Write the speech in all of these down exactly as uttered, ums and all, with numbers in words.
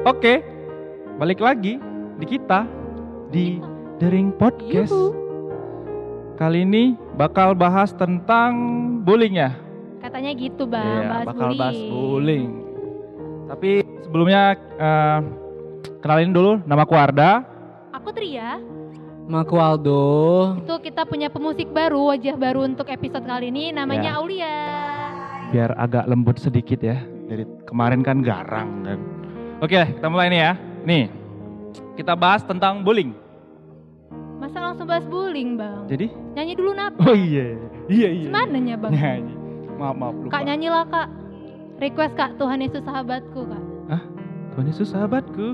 Oke, balik lagi di kita di Daring Podcast. Yuhu. Kali ini bakal bahas tentang bullying ya. Katanya gitu bang, Iya, bahas bakal bullying. bahas bullying. Tapi sebelumnya uh, kenalin dulu, nama aku Arda. Aku Tria. Maku Aldo. Itu kita punya pemusik baru, wajah baru untuk episode kali ini, namanya Ya. Aulia. Biar agak lembut sedikit ya. Dari kemarin kan garang kan. Oke, kita mulai nih ya. Nih, kita bahas tentang bullying. Masa langsung bahas bullying bang? Jadi? Nyanyi dulu napa? Oh iya, iya iya. Semananya bang? Nyanyi. Maaf maaf lupa. Kak nyanyi lah kak. Request kak, Tuhan Yesus sahabatku kak. Hah? Tuhan Yesus sahabatku.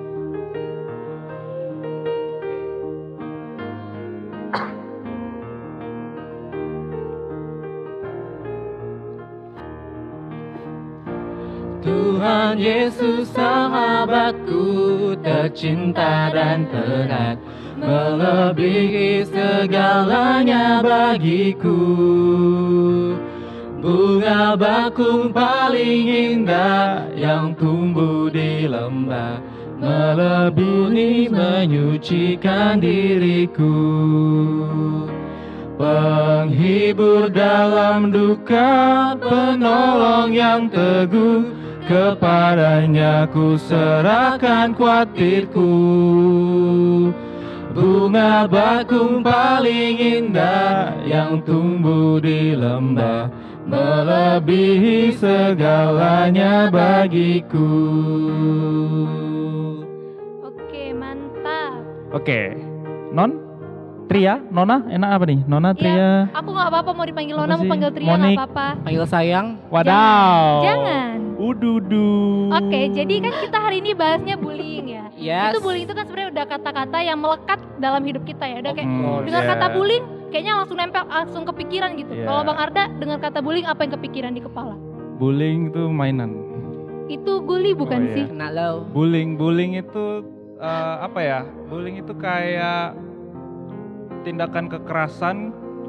Tuhan Yesus sahabatku, tercinta dan berat, melebihi segalanya bagiku. Bunga bakung paling indah yang tumbuh di lembah, melebihi menyucikan diriku. Penghibur dalam duka, penolong yang teguh, kepadanya ku serahkan khawatirku. Bunga bakung paling indah yang tumbuh di lembah, melebihi segalanya bagiku. Oke mantap. Oke. Non? Tria? Nona? Enak apa nih? Nona, Tria? Iya, aku gak apa-apa mau dipanggil Apa Nona, mau sih? panggil Tria Monik. gak apa-apa. Panggil sayang. Wadaw. Jangan. Ududu. Oke, jadi kan kita hari ini bahasnya bullying ya. Yes. Itu bullying itu kan sebenarnya udah kata-kata yang melekat dalam hidup kita ya. Udah kayak Hmm, dengar yeah. kata bullying, kayaknya langsung nempel, langsung kepikiran gitu. Yeah. Kalau Bang Arda dengar kata bullying, apa yang kepikiran di kepala? Bullying itu mainan. Itu guli bukan Oh, iya. sih? Kena lo. Bullying, bullying itu uh, apa ya? Bullying itu kayak tindakan kekerasan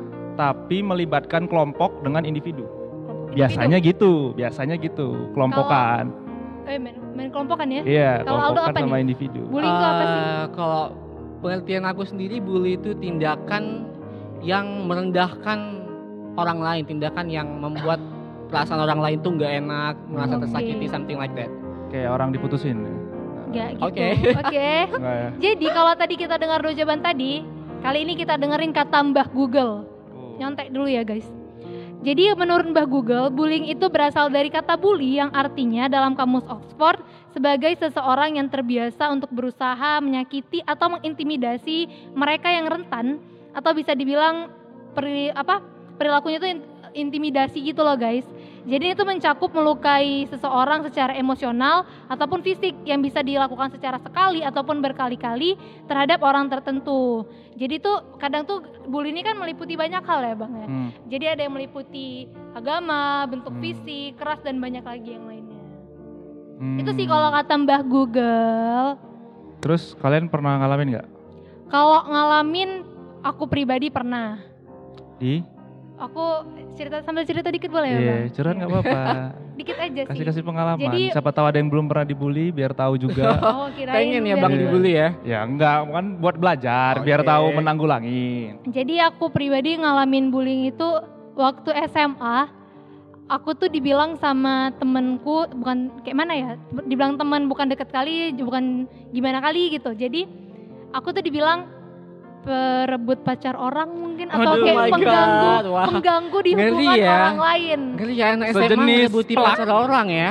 tapi melibatkan kelompok dengan individu. Kelompok Biasanya individu. gitu, biasanya gitu, kelompokan. Eh main, main kelompokan ya? Iya, Kalau Aldo kelompokan apa sama nih? individu. Bullying itu apa sih? Eh, Kalau pengertian aku sendiri, bully itu tindakan yang merendahkan orang lain, tindakan yang membuat perasaan orang lain tuh nggak enak, merasa Oke. tersakiti, something like that. Kayak orang diputusin. Enggak gitu. Oke. Oke. Enggak ya? Jadi kalau tadi kita dengar dua jawaban tadi, kali ini kita dengerin kata Mbah Google. Oh. Nyontek dulu ya guys. Jadi menurut Mbah Google, bullying itu berasal dari kata bully yang artinya dalam kamus Oxford sebagai seseorang yang terbiasa untuk berusaha menyakiti atau mengintimidasi mereka yang rentan, atau bisa dibilang peri, apa perilakunya itu intimidasi gitu loh guys. Jadi itu mencakup melukai seseorang secara emosional ataupun fisik yang bisa dilakukan secara sekali ataupun berkali-kali terhadap orang tertentu. Jadi tuh kadang tuh bully ini kan meliputi banyak hal ya bang ya. Hmm. Jadi ada yang meliputi agama, bentuk Hmm. fisik, keras dan banyak lagi yang lainnya. Hmm. Itu sih kalau kata Mbah Google. Terus kalian pernah ngalamin nggak? Kalau ngalamin, aku pribadi pernah. Di? Aku cerita sambil cerita dikit boleh ya Iya, bang? curhat nggak apa-apa. Dikit aja sih. Kasih-kasih pengalaman. Jadi- Siapa tahu ada yang belum pernah dibully, biar tahu juga. Oh, kirain Pengen ya biar- bang dibully ya? Ya enggak, kan buat belajar, biar Oke. tahu menanggulangi. Jadi aku pribadi ngalamin bullying itu waktu S M A. Aku tuh dibilang sama temenku, bukan kayak mana ya, dibilang teman bukan deket kali, bukan gimana kali gitu. Jadi aku tuh dibilang perebut pacar orang mungkin, atau Aduh, kayak my pengganggu, God, wah. pengganggu di Ngeri hubungan ya. orang lain. Ngeri ya anak S M A Sejenis ngerebuti pelak. pacar orang ya.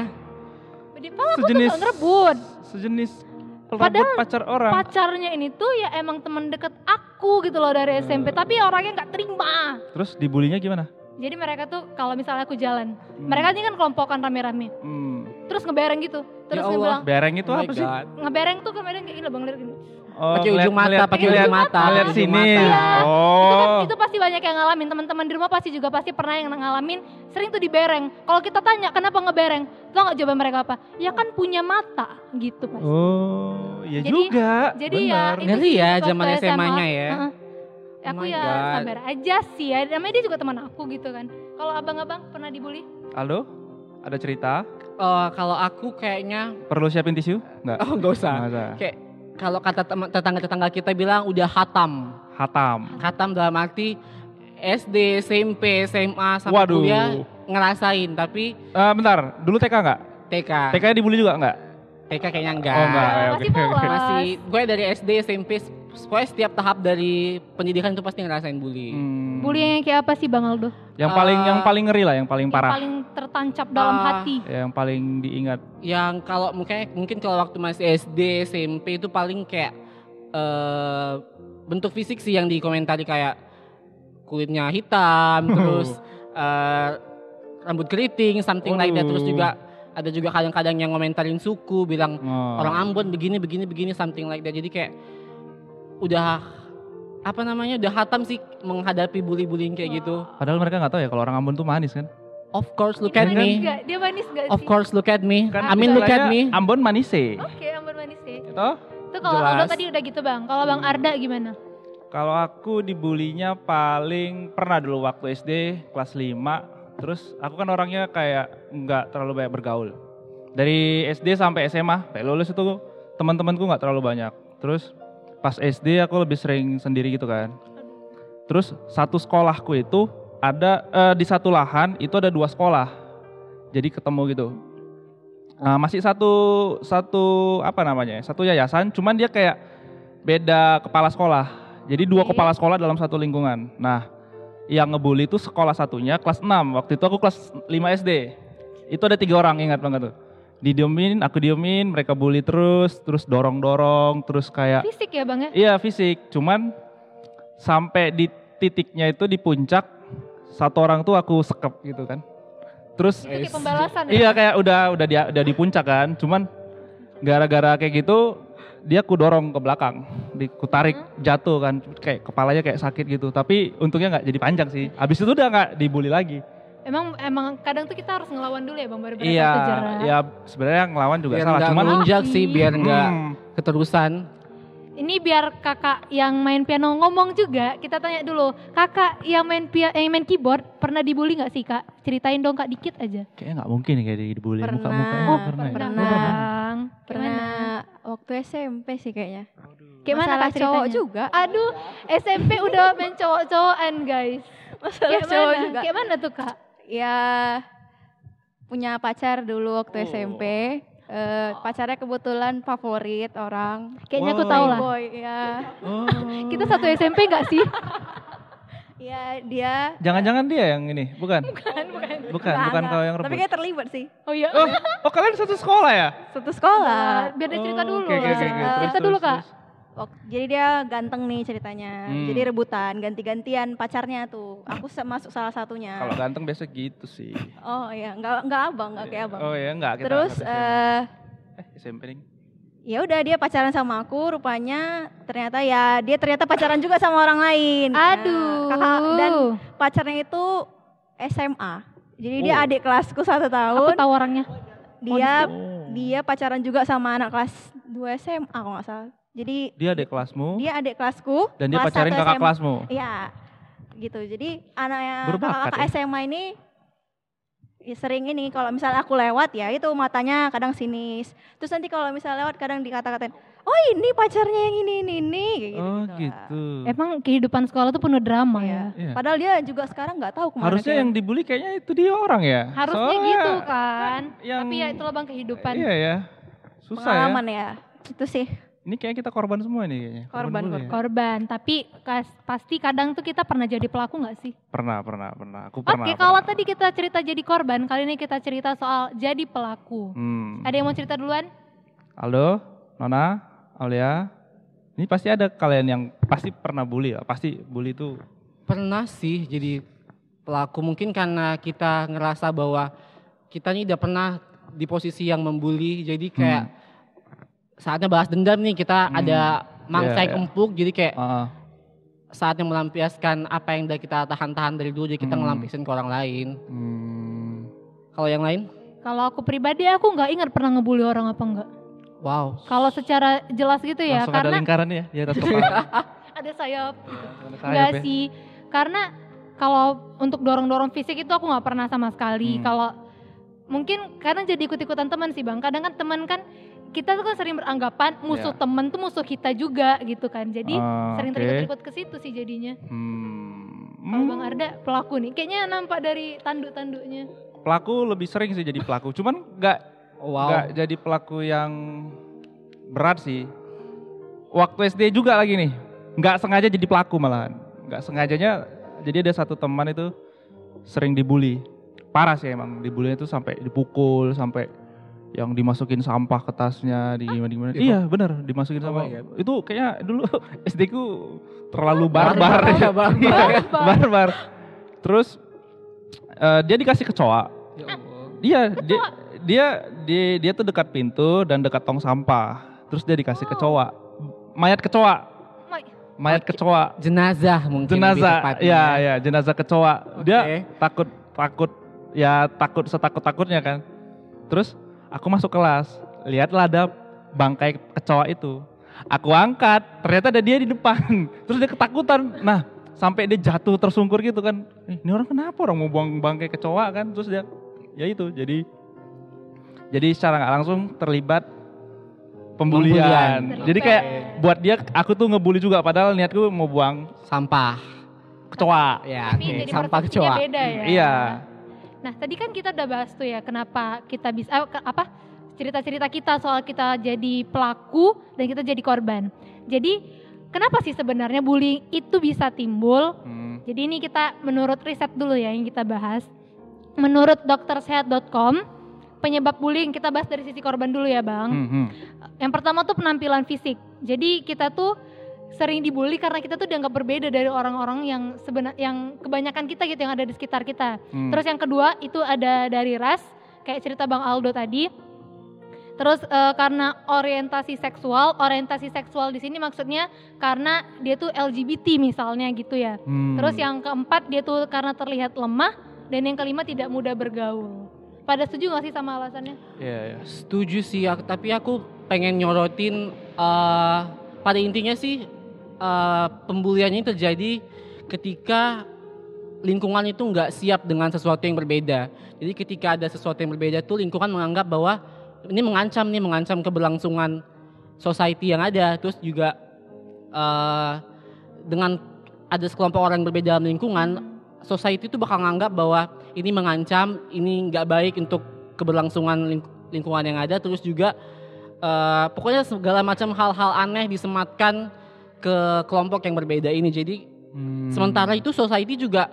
Di pala aku tuh Sejenis- gak ngerebut. Sejenis perebut Padahal pacar orang. Pacarnya ini tuh ya emang teman deket aku gitu loh dari S M P, Eh. tapi orangnya nggak terima. Terus dibulinya gimana? Jadi mereka tuh kalau misalnya aku jalan, mereka ini kan kelompokan rame-rame, Hmm. terus ngebereng gitu, terus Ya Allah. ngebilang, Bereng itu Oh my apa sih? God. ngebereng tuh kemarin kayak gini loh bang, lihat gini. Oh, Pakai ujung ngeliat- mata, ngeliat- pakai ngeliat- ujung mata, ngeliat ujung sini. mata. Iya. Itu Oh. kan itu pasti banyak yang ngalamin, teman-teman di rumah pasti juga pasti pernah yang ngalamin, sering tuh dibereng. Kalau kita tanya kenapa ngebereng, tau nggak jawaban mereka apa? Ya kan punya mata gitu pasti. Oh, iya Jadi- juga. Jadi bener. ya itu Ngeri sih ya waktu zaman S M A-nya ya. Heeh. Aku Oh my ya God. sabar aja sih ya, namanya dia juga teman aku gitu kan. Kalau abang-abang pernah dibully? Aldo? Ada cerita? Eh, kalau aku kayaknya Perlu siapin tisu? Enggak. oh nggak usah. Nggak usah. Kayak kalau kata teman- tetangga-tetangga kita bilang udah hatam. Hatam. Hatam dalam arti S D, S M P, S M A sampai Waduh. kuliah ngerasain, tapi Eh, bentar, dulu T K enggak? T K. T K dibully juga enggak? T K kayaknya enggak. Oh enggak, ya, Masih oke, oke. polos. Masih gue dari S D, S M P, pokoknya setiap tahap dari pendidikan itu pasti ngerasain bully. Hmm. Bullying yang kayak apa sih Bang Aldo? Yang paling Eh, yang paling ngeri lah, yang paling Yang parah. paling tertancap dalam Ah. hati. Yang paling diingat. Yang kalau mungkin mungkin kalau waktu masih S D, S M P itu paling kayak eh bentuk fisik sih yang dikomentari kayak kulitnya hitam, terus eh, rambut keriting, something like that. Terus Waduh. juga ada juga kadang-kadang yang ngomentarin suku, bilang Oh. orang Ambon begini begini begini something like that. Jadi kayak udah apa namanya udah hatam sih menghadapi bully-bullying kayak gitu. Padahal mereka nggak tahu ya kalau orang Ambon tuh manis kan? Of course look Dia at manis me. nggak? Dia manis gak sih? Of course look at me. Kan I mean look at istilahnya me. Ambon manis sih. Oke, Ambon manis sih. Gitu? Itu kalau Jelas. Aldo tadi udah gitu Bang. Kalau Bang Arda gimana? Kalau aku dibulinya paling pernah dulu waktu S D kelas lima. Terus aku kan orangnya kayak nggak terlalu banyak bergaul. Dari S D sampai S M A, sampai lulus itu teman-temanku nggak terlalu banyak. Terus pas S D aku lebih sering sendiri gitu kan. Terus satu sekolahku itu ada eh, di satu lahan itu ada dua sekolah. Jadi ketemu gitu. Nah, masih satu satu apa namanya? Satu yayasan, cuman dia kayak beda kepala sekolah. Jadi dua Oke. kepala sekolah dalam satu lingkungan. Nah, yang ngebully itu sekolah satunya kelas enam. Waktu itu aku kelas lima S D. Itu ada tiga orang, ingat banget tuh. Didiemin, aku diemin, mereka bully terus, terus dorong-dorong, terus kayak Fisik ya Bang ya? iya fisik. Cuman sampai di titiknya itu di puncak, satu orang tuh aku sekep gitu kan. Terus Itu kayak pembalasan ya? iya kayak udah udah di udah di puncak kan. Cuman gara-gara kayak gitu dia ku dorong ke belakang, di ku tarik jatuh kan, kayak kepalanya kayak sakit gitu. Tapi untungnya nggak jadi panjang sih. Habis itu udah nggak dibully lagi. Emang emang kadang tuh kita harus ngelawan dulu ya Bang baru berasa Iya, terjerat. ya sebenarnya ngelawan juga Biar salah. nggak Cuman melunjak Oh, sih, biar nggak Hmm, keterusan. Ini biar kakak yang main piano ngomong juga, kita tanya dulu. Kakak yang main pia yang main keyboard pernah dibully nggak sih Kak? Ceritain dong Kak dikit aja. kayaknya nggak mungkin nih kayak dibully Pernah. muka-mukanya. Oh, pernah. ya? pernah. Oh, pernah. Bang, Pernah gimana? waktu S M P sih kayaknya. Kayak mana Masalah Kak cowok ceritanya? juga. Aduh, S M P udah main cowok-cowokan guys. Masalah Kayak cowok mana? juga. Kayak mana tuh Kak? Ya punya pacar dulu waktu Oh. S M P. Eh, pacarnya kebetulan favorit orang. Kayaknya aku Wow. tahu lah. Boy, ya. Oh. Kita satu S M P nggak sih? Ya dia Jangan-jangan dia yang ini, bukan? Bukan, bukan. Bukan, Enggak, bukan enggak. kau yang Tapi rebut. kayak terlibat sih. Oh iya. Oh, oh kalian satu sekolah ya? Satu sekolah. Biar dia cerita Oh, dulu. oke, oke, lah. oke, oke. Terus, Cerita terus, dulu terus, Kak. terus. Wak- Jadi dia ganteng nih ceritanya. Hmm. Jadi rebutan, ganti-gantian pacarnya tuh. Aku se- masuk salah satunya. Kalau ganteng biasa gitu sih. Oh iya, enggak enggak abang, enggak kayak abang. Oh ya enggak kita. Terus satu S M P. eh eh S M P nih. ya udah dia pacaran sama aku, rupanya ternyata ya dia ternyata pacaran juga sama orang lain. Nah, Aduh. kakak dan pacarnya itu S M A. Jadi dia Oh. adik kelasku satu Aku tahun. tahu orangnya. Dia Oh. dia pacaran juga sama anak kelas dua S M A kalau nggak salah. Jadi Dia adik kelasmu dia adik kelasku dan dia kelas pacarin satu kakak S M A. kelasmu. Iya. Gitu. Jadi anaknya Berbakat kakak-kakak ya? S M A ini ya sering ini kalau misalnya aku lewat ya itu matanya kadang sinis. Terus nanti kalau misalnya lewat kadang dikata-katain, "Oh, ini pacarnya yang ini ini ini." Kayak gitu. Oh gitu. Emang kehidupan sekolah tuh penuh drama Iya. ya. Iya. Padahal dia juga sekarang nggak tahu kemana. Harusnya kayak- yang dibully kayaknya itu dia orang ya. Harusnya Soalnya gitu kan. yang- Tapi ya itulah Bang kehidupan. Iya ya. Susah pengalaman ya. ya. Itu sih. Ini kayak kita korban semua nih kayaknya. Korban, bully ya. Korban, tapi kas- pasti kadang tuh kita pernah jadi pelaku nggak sih? Pernah, pernah, pernah. Aku pernah. Oke, kalau pernah. tadi kita cerita jadi korban, kali ini kita cerita soal jadi pelaku. Hmm. Ada yang mau cerita duluan? Aldo, Nona, Aulia. Ini pasti ada kalian yang pasti pernah bully ya. Pasti bully itu Pernah sih jadi pelaku, mungkin karena kita ngerasa bahwa kita ini udah pernah di posisi yang membuli, jadi kayak saatnya balas dendam nih, kita Hmm. ada mangsai Iya, iya. empuk, jadi kayak ah, saatnya melampiaskan apa yang udah kita tahan-tahan dari dulu, jadi kita Hmm. ngelampiasin ke orang lain. hmm, Kalau yang lain, Kalau aku pribadi aku nggak ingat pernah ngebully orang apa enggak. wow. Kalau secara jelas gitu ya, langsung ada karena lingkaran ya di atas kepala. ada sayap. Ada sayap Enggak ya. sih, karena kalau untuk dorong-dorong fisik itu aku nggak pernah sama sekali. Hmm. Kalau mungkin karena jadi ikut-ikutan teman sih Bang. Kadang kan teman kan kita tuh kan sering beranggapan musuh Iya. teman tuh musuh kita juga gitu kan. Jadi Ah, sering oke. terikut-ikut ke situ sih jadinya. Hmm. Kalau Bang Arda pelaku nih, kayaknya nampak dari tanduk-tanduknya. Pelaku lebih sering sih jadi pelaku, cuman nggak Wow. nggak jadi pelaku yang berat sih. Waktu S D juga lagi nih, nggak sengaja jadi pelaku malahan. Nggak sengajanya, jadi ada satu teman itu sering dibully. Parah sih emang, dibulinya itu sampai dipukul, sampai yang dimasukin sampah ke tasnya, di gimana gimana. Iya, Iya bener, dimasukin Oh sampah. my God. Itu kayaknya dulu S D ku terlalu Barbar, barbar. ya. barbar. Iya, barbar. Terus eh, dia dikasih kecoa. Ya Allah. Dia dia dia dia dia tuh dekat pintu dan dekat tong sampah. Terus dia dikasih Oh. kecoa. Mayat kecoa. Mai, Mayat Oke. kecoa. Jenazah mungkin lebih Jenazah. tepatnya. Ya ya, jenazah kecoa. Dia Oke. takut takut ya takut setakut-takutnya kan. Terus aku masuk kelas, lihatlah ada bangkai kecoa itu. Aku angkat, ternyata ada dia di depan. Terus dia ketakutan. Nah, sampai dia jatuh tersungkur gitu kan. Eh, ini orang kenapa orang mau buang bangkai kecoa kan? Terus dia ya itu. Jadi jadi secara nggak langsung terlibat pembulian. Pembulian. Jadi kayak buat dia aku tuh ngebully juga padahal niatku mau buang Sampah. kecoa. Ya, tapi oke. jadi Sampah persepsinya kecoa. beda ya. Iya. Nah tadi kan kita udah bahas tuh ya kenapa kita bisa eh, ke- apa cerita-cerita kita soal kita jadi pelaku dan kita jadi korban. Jadi kenapa sih sebenarnya bullying itu bisa timbul? Hmm. Jadi ini kita menurut riset dulu ya yang kita bahas. Menurut dokter sehat dot com penyebab bullying kita bahas dari sisi korban dulu ya Bang. Hmm, hmm. Yang pertama tuh penampilan fisik. Jadi kita tuh sering dibully karena kita tuh dianggap berbeda dari orang-orang yang sebenar yang kebanyakan kita gitu yang ada di sekitar kita. Hmm. Terus yang kedua itu ada dari ras, kayak cerita Bang Aldo tadi. Terus eh, karena orientasi seksual, orientasi seksual di sini maksudnya karena dia tuh L G B T misalnya gitu ya. Hmm. Terus yang keempat dia tuh karena terlihat lemah dan yang kelima tidak mudah bergaul. Pada setuju gak sih sama alasannya? Iya, iya. Setuju sih, aku- tapi aku pengen nyorotin eh, pada intinya sih eh, pembuliannya terjadi ketika lingkungan itu nggak siap dengan sesuatu yang berbeda. Jadi ketika ada sesuatu yang berbeda tuh lingkungan menganggap bahwa ini mengancam nih, mengancam keberlangsungan society yang ada. Terus juga eh, dengan ada sekelompok orang yang berbeda dalam lingkungan, society itu bakal nganggap bahwa ini mengancam, ini nggak baik untuk keberlangsungan ling- lingkungan yang ada. Terus juga eh, pokoknya segala macam hal-hal aneh disematkan ke kelompok yang berbeda ini. Jadi Hmm. sementara itu society juga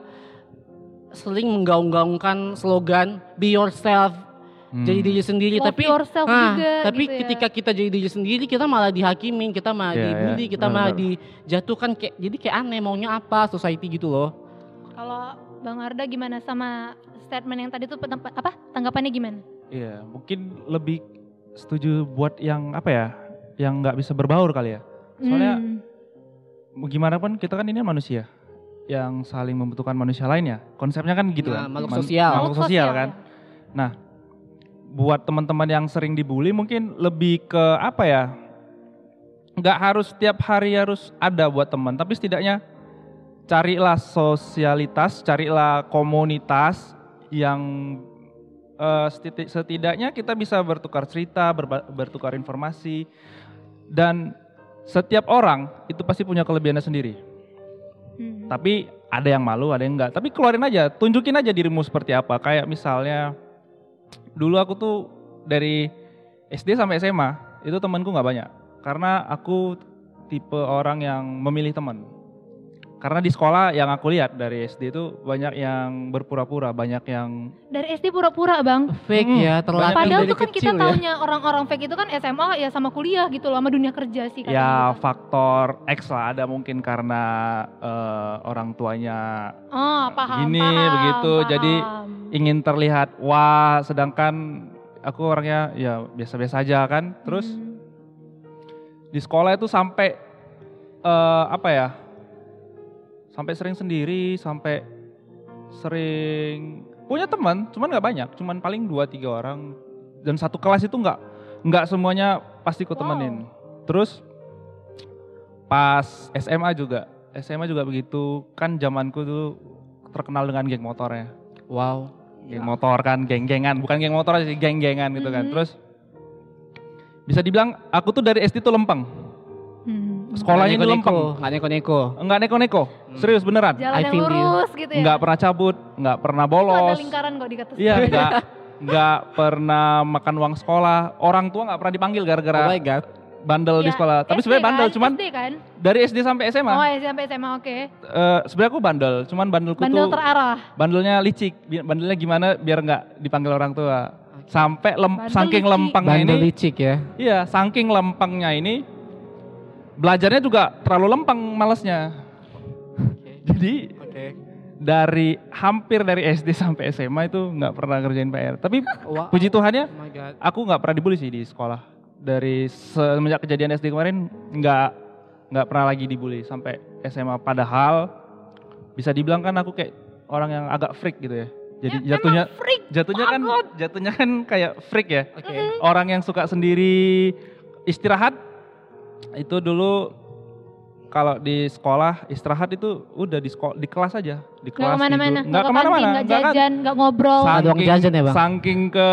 sering menggaung-gaungkan slogan be yourself, Hmm. jadi diri sendiri. Love Tapi yourself ah, juga tapi gitu ya. ketika kita jadi diri sendiri kita malah dihakimin, kita malah Iya, dibully, iya, kita malah benar-benar. dijatuhkan kayak jadi kayak aneh maunya apa society gitu loh. Kalau Bang Arda gimana sama statement yang tadi tuh petempa- apa tanggapannya gimana? Iya, mungkin lebih setuju buat yang apa ya, yang nggak bisa berbaur kali ya. Soalnya Hmm. gimana pun kita kan ini manusia yang saling membutuhkan manusia lainnya. Konsepnya kan gitu Nah, kan. makhluk Man- sosial. Makhluk sosial kan. Nah, buat teman-teman yang sering dibully mungkin lebih ke apa ya? Nggak harus setiap hari harus ada buat teman, tapi setidaknya carilah sosialitas, carilah komunitas yang eh, seti- setidaknya kita bisa bertukar cerita, berba- bertukar informasi, dan setiap orang itu pasti punya kelebihannya sendiri. Hmm. Tapi ada yang malu, ada yang enggak. Tapi keluarin aja, tunjukin aja dirimu seperti apa. Kayak misalnya dulu aku tuh dari S D sampai S M A itu temanku nggak banyak, karena aku tipe orang yang memilih teman. Karena di sekolah yang aku lihat dari S D itu banyak yang berpura-pura, banyak yang Dari S D pura-pura Bang. Fake Hmm, ya, terlatih Padahal dari tuh kan kita kecil ya. taunya orang-orang fake itu kan S M A ya sama kuliah gitu loh, sama dunia kerja sih ya katanya. faktor X lah, ada mungkin karena eh, orang tuanya Oh, paham, gini, paham, begitu. paham. Jadi ingin terlihat wah, sedangkan aku orangnya ya biasa-biasa aja kan. Terus Hmm. di sekolah itu sampai eh, apa ya, sampai sering sendiri, sampai sering punya teman, cuman nggak banyak, cuman paling dua tiga orang, dan satu kelas itu nggak nggak semuanya pasti ku temenin. Terus pas S M A juga, S M A juga begitu, kan zamanku dulu terkenal dengan geng motornya. Wow. geng motor kan, geng-gengan, bukan geng motor aja sih, geng-gengan gitu kan. Mhm. Terus bisa dibilang aku tuh dari S D tuh lempeng. Hmm. Sekolahnya Nggak itu neko-neko, lempeng. nggak neko-neko. Enggak neko-neko, serius beneran. Jalan I yang feel you. lurus gitu ya. Enggak pernah cabut, enggak pernah Itu ada bolos. lingkaran kok di kata Iya, sekolah. enggak enggak pernah makan uang sekolah. Orang tua enggak pernah dipanggil Oh gara-gara my god. bandel di Ya, sekolah. Tapi S D sebenarnya bandel kan? cuman S D kan? dari S D sampai S M A. Oh, S D sampai S M A, oke. Eh, sebenarnya aku bandel, cuman bandelku Bandel tuh terarah. bandelnya licik. Bi- Bandelnya gimana biar enggak dipanggil orang tua. Sampai lem, Bandel saking licik. lempengnya Bandel ini. licik ya. Iya, saking lempengnya ini belajarnya juga terlalu lempeng malesnya. Jadi Oke. dari hampir dari S D sampai S M A itu nggak pernah ngerjain P R. Tapi Wow. puji Tuhannya Oh my god. aku nggak pernah dibully sih di sekolah. Dari semenjak kejadian S D kemarin nggak nggak pernah lagi dibully sampai S M A. Padahal bisa dibilang kan aku kayak orang yang agak freak gitu ya. Jadi Ya, jatuhnya emang freak jatuhnya kan banget. jatuhnya kan kayak freak ya. Oke. Orang yang suka sendiri istirahat itu dulu kalau di sekolah istirahat itu udah di sekolah di kelas aja di Nggak kelas kemana-mana, tidur. Nggak kemana-mana nggak nggak kan jajan, nggak ngobrol. Sa- Ada uang jajan ya, Bang? saking ke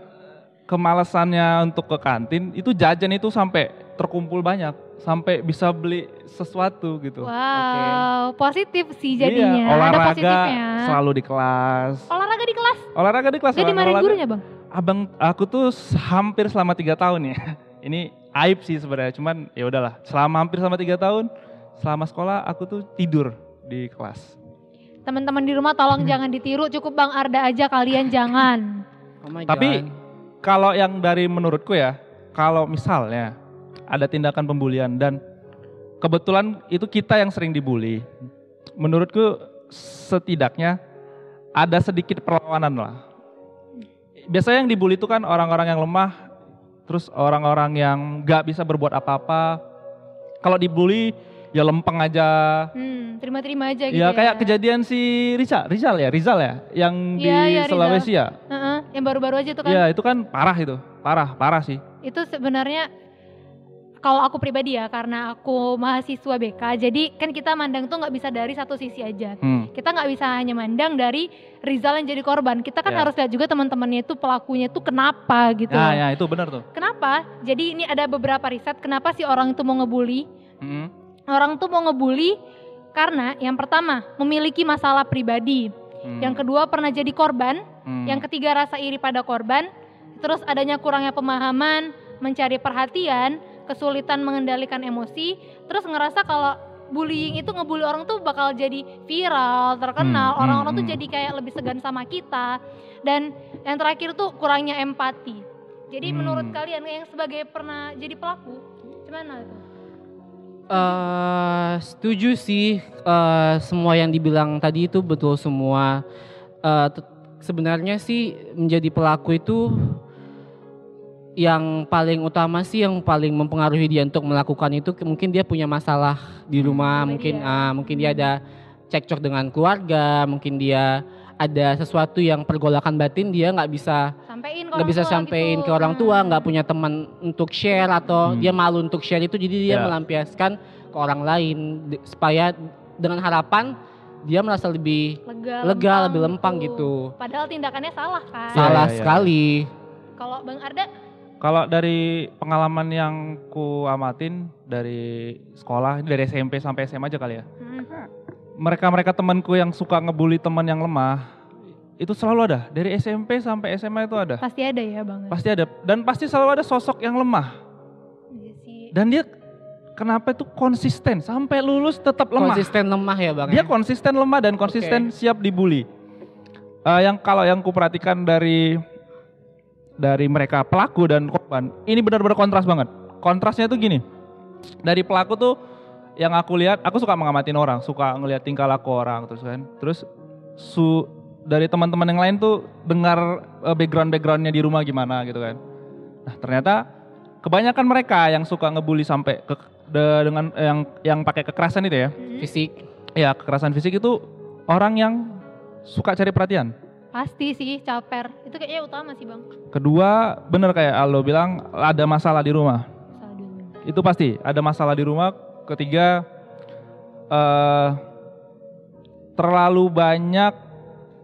kemalasannya untuk ke kantin itu jajan itu sampai terkumpul banyak sampai bisa beli sesuatu gitu. Wow, positif sih Iya, jadinya. Ada olahraga positifnya. selalu di kelas. Olahraga di kelas. Olahraga di kelas. Gak orang dimarahin olahraga. gurunya bang? Abang aku tuh s- hampir selama tiga tahun ya. Ini aib sih sebenarnya, cuman ya udahlah. Selama hampir selama tiga tahun, selama sekolah aku tuh tidur di kelas. Teman-teman di rumah tolong jangan ditiru, cukup Bang Arda aja kalian jangan. Oh my Tapi god. kalau yang dari menurutku ya, kalau misalnya ada tindakan pembulian dan kebetulan itu kita yang sering dibully, menurutku setidaknya ada sedikit perlawanan lah. Biasanya yang dibully itu kan orang-orang yang lemah, terus orang-orang yang nggak bisa berbuat apa-apa. Kalau dibully ya lempeng aja. Hmm, terima-terima aja gitu Ya ya. kayak kejadian si Rizal, Rizal ya, Rizal ya, yang di Iya, iya, Rizal. Sulawesi ya. Heeh, yang baru-baru aja tuh kan. Iya itu kan parah itu, parah, parah sih. Itu sebenarnya kalau aku pribadi ya, karena aku mahasiswa B K, jadi kan kita mandang tuh nggak bisa dari satu sisi aja. Hmm. Kita nggak bisa hanya mandang dari Rizal yang jadi korban. Kita kan Ya. harus lihat juga teman-temannya itu pelakunya itu kenapa gitu. Nah ya itu benar tuh. Kenapa? Jadi ini ada beberapa riset kenapa sih orang itu mau ngebully. Hmm. Orang tuh mau ngebully karena yang pertama memiliki masalah pribadi. Hmm. Yang kedua pernah jadi korban. Hmm. Yang ketiga rasa iri pada korban. Terus adanya kurangnya pemahaman, mencari perhatian, kesulitan mengendalikan emosi. Terus ngerasa kalau bullying itu ngebully orang tuh bakal jadi viral, terkenal. Hmm, Orang-orang hmm, tuh hmm. jadi kayak lebih segan sama kita. Dan yang terakhir tuh kurangnya empati. Jadi Hmm. menurut kalian yang sebagai pernah jadi pelaku, gimana itu? Eh, setuju sih, eh, semua yang dibilang tadi itu betul semua. Eh, tet- sebenarnya sih menjadi pelaku itu yang paling utama sih, yang paling mempengaruhi dia untuk melakukan itu ke- mungkin dia punya masalah di rumah, Pribadi mungkin ya. ah, mungkin dia ada cekcok dengan keluarga, mungkin dia ada sesuatu yang pergolakan batin, dia nggak bisa Sampein ke nggak orang bisa tua sampein gitu. ke orang tua, Hmm. nggak punya teman untuk share atau Hmm. dia malu untuk share itu, jadi dia Ya. melampiaskan ke orang lain di- supaya dengan harapan dia merasa lebih lega, lega, lebih lempang gitu. Padahal tindakannya salah kan. Iya, Salah iya, iya. sekali. Kalau Bang Arda, Kalau dari pengalaman yang ku amatin dari sekolah, ini dari S M P sampai S M A aja kali ya. hmm, Mereka-mereka temanku yang suka ngebully teman yang lemah, itu selalu ada. Dari S M P sampai S M A itu ada. pasti ada ya Bang. Pasti ada. Dan pasti selalu ada sosok yang lemah. Iya sih. Dan dia kenapa itu konsisten sampai lulus tetap lemah. Konsisten lemah ya bang. Dia ya? konsisten lemah dan konsisten siap dibully. Eh, yang kalau yang ku perhatikan dari dari mereka pelaku dan korban, ini benar-benar kontras banget. Kontrasnya tuh gini. Dari pelaku tuh yang aku lihat, aku suka mengamatin orang, suka ngelihat tingkah laku orang terus kan. Terus su dari teman-teman yang lain tuh dengar eh, background-backgroundnya di rumah gimana gitu kan. Nah, ternyata kebanyakan mereka yang suka ngebully sampai ke, de- dengan yang yang pakai kekerasan itu ya. Hmm, Fisik. Ya, kekerasan fisik itu orang yang suka cari perhatian. pasti sih caper. Itu kayaknya utama sih Bang. Kedua, bener kayak Aldo bilang, ada masalah di rumah. Salah dulu. Itu pasti, ada masalah di rumah. Ketiga, eh, terlalu banyak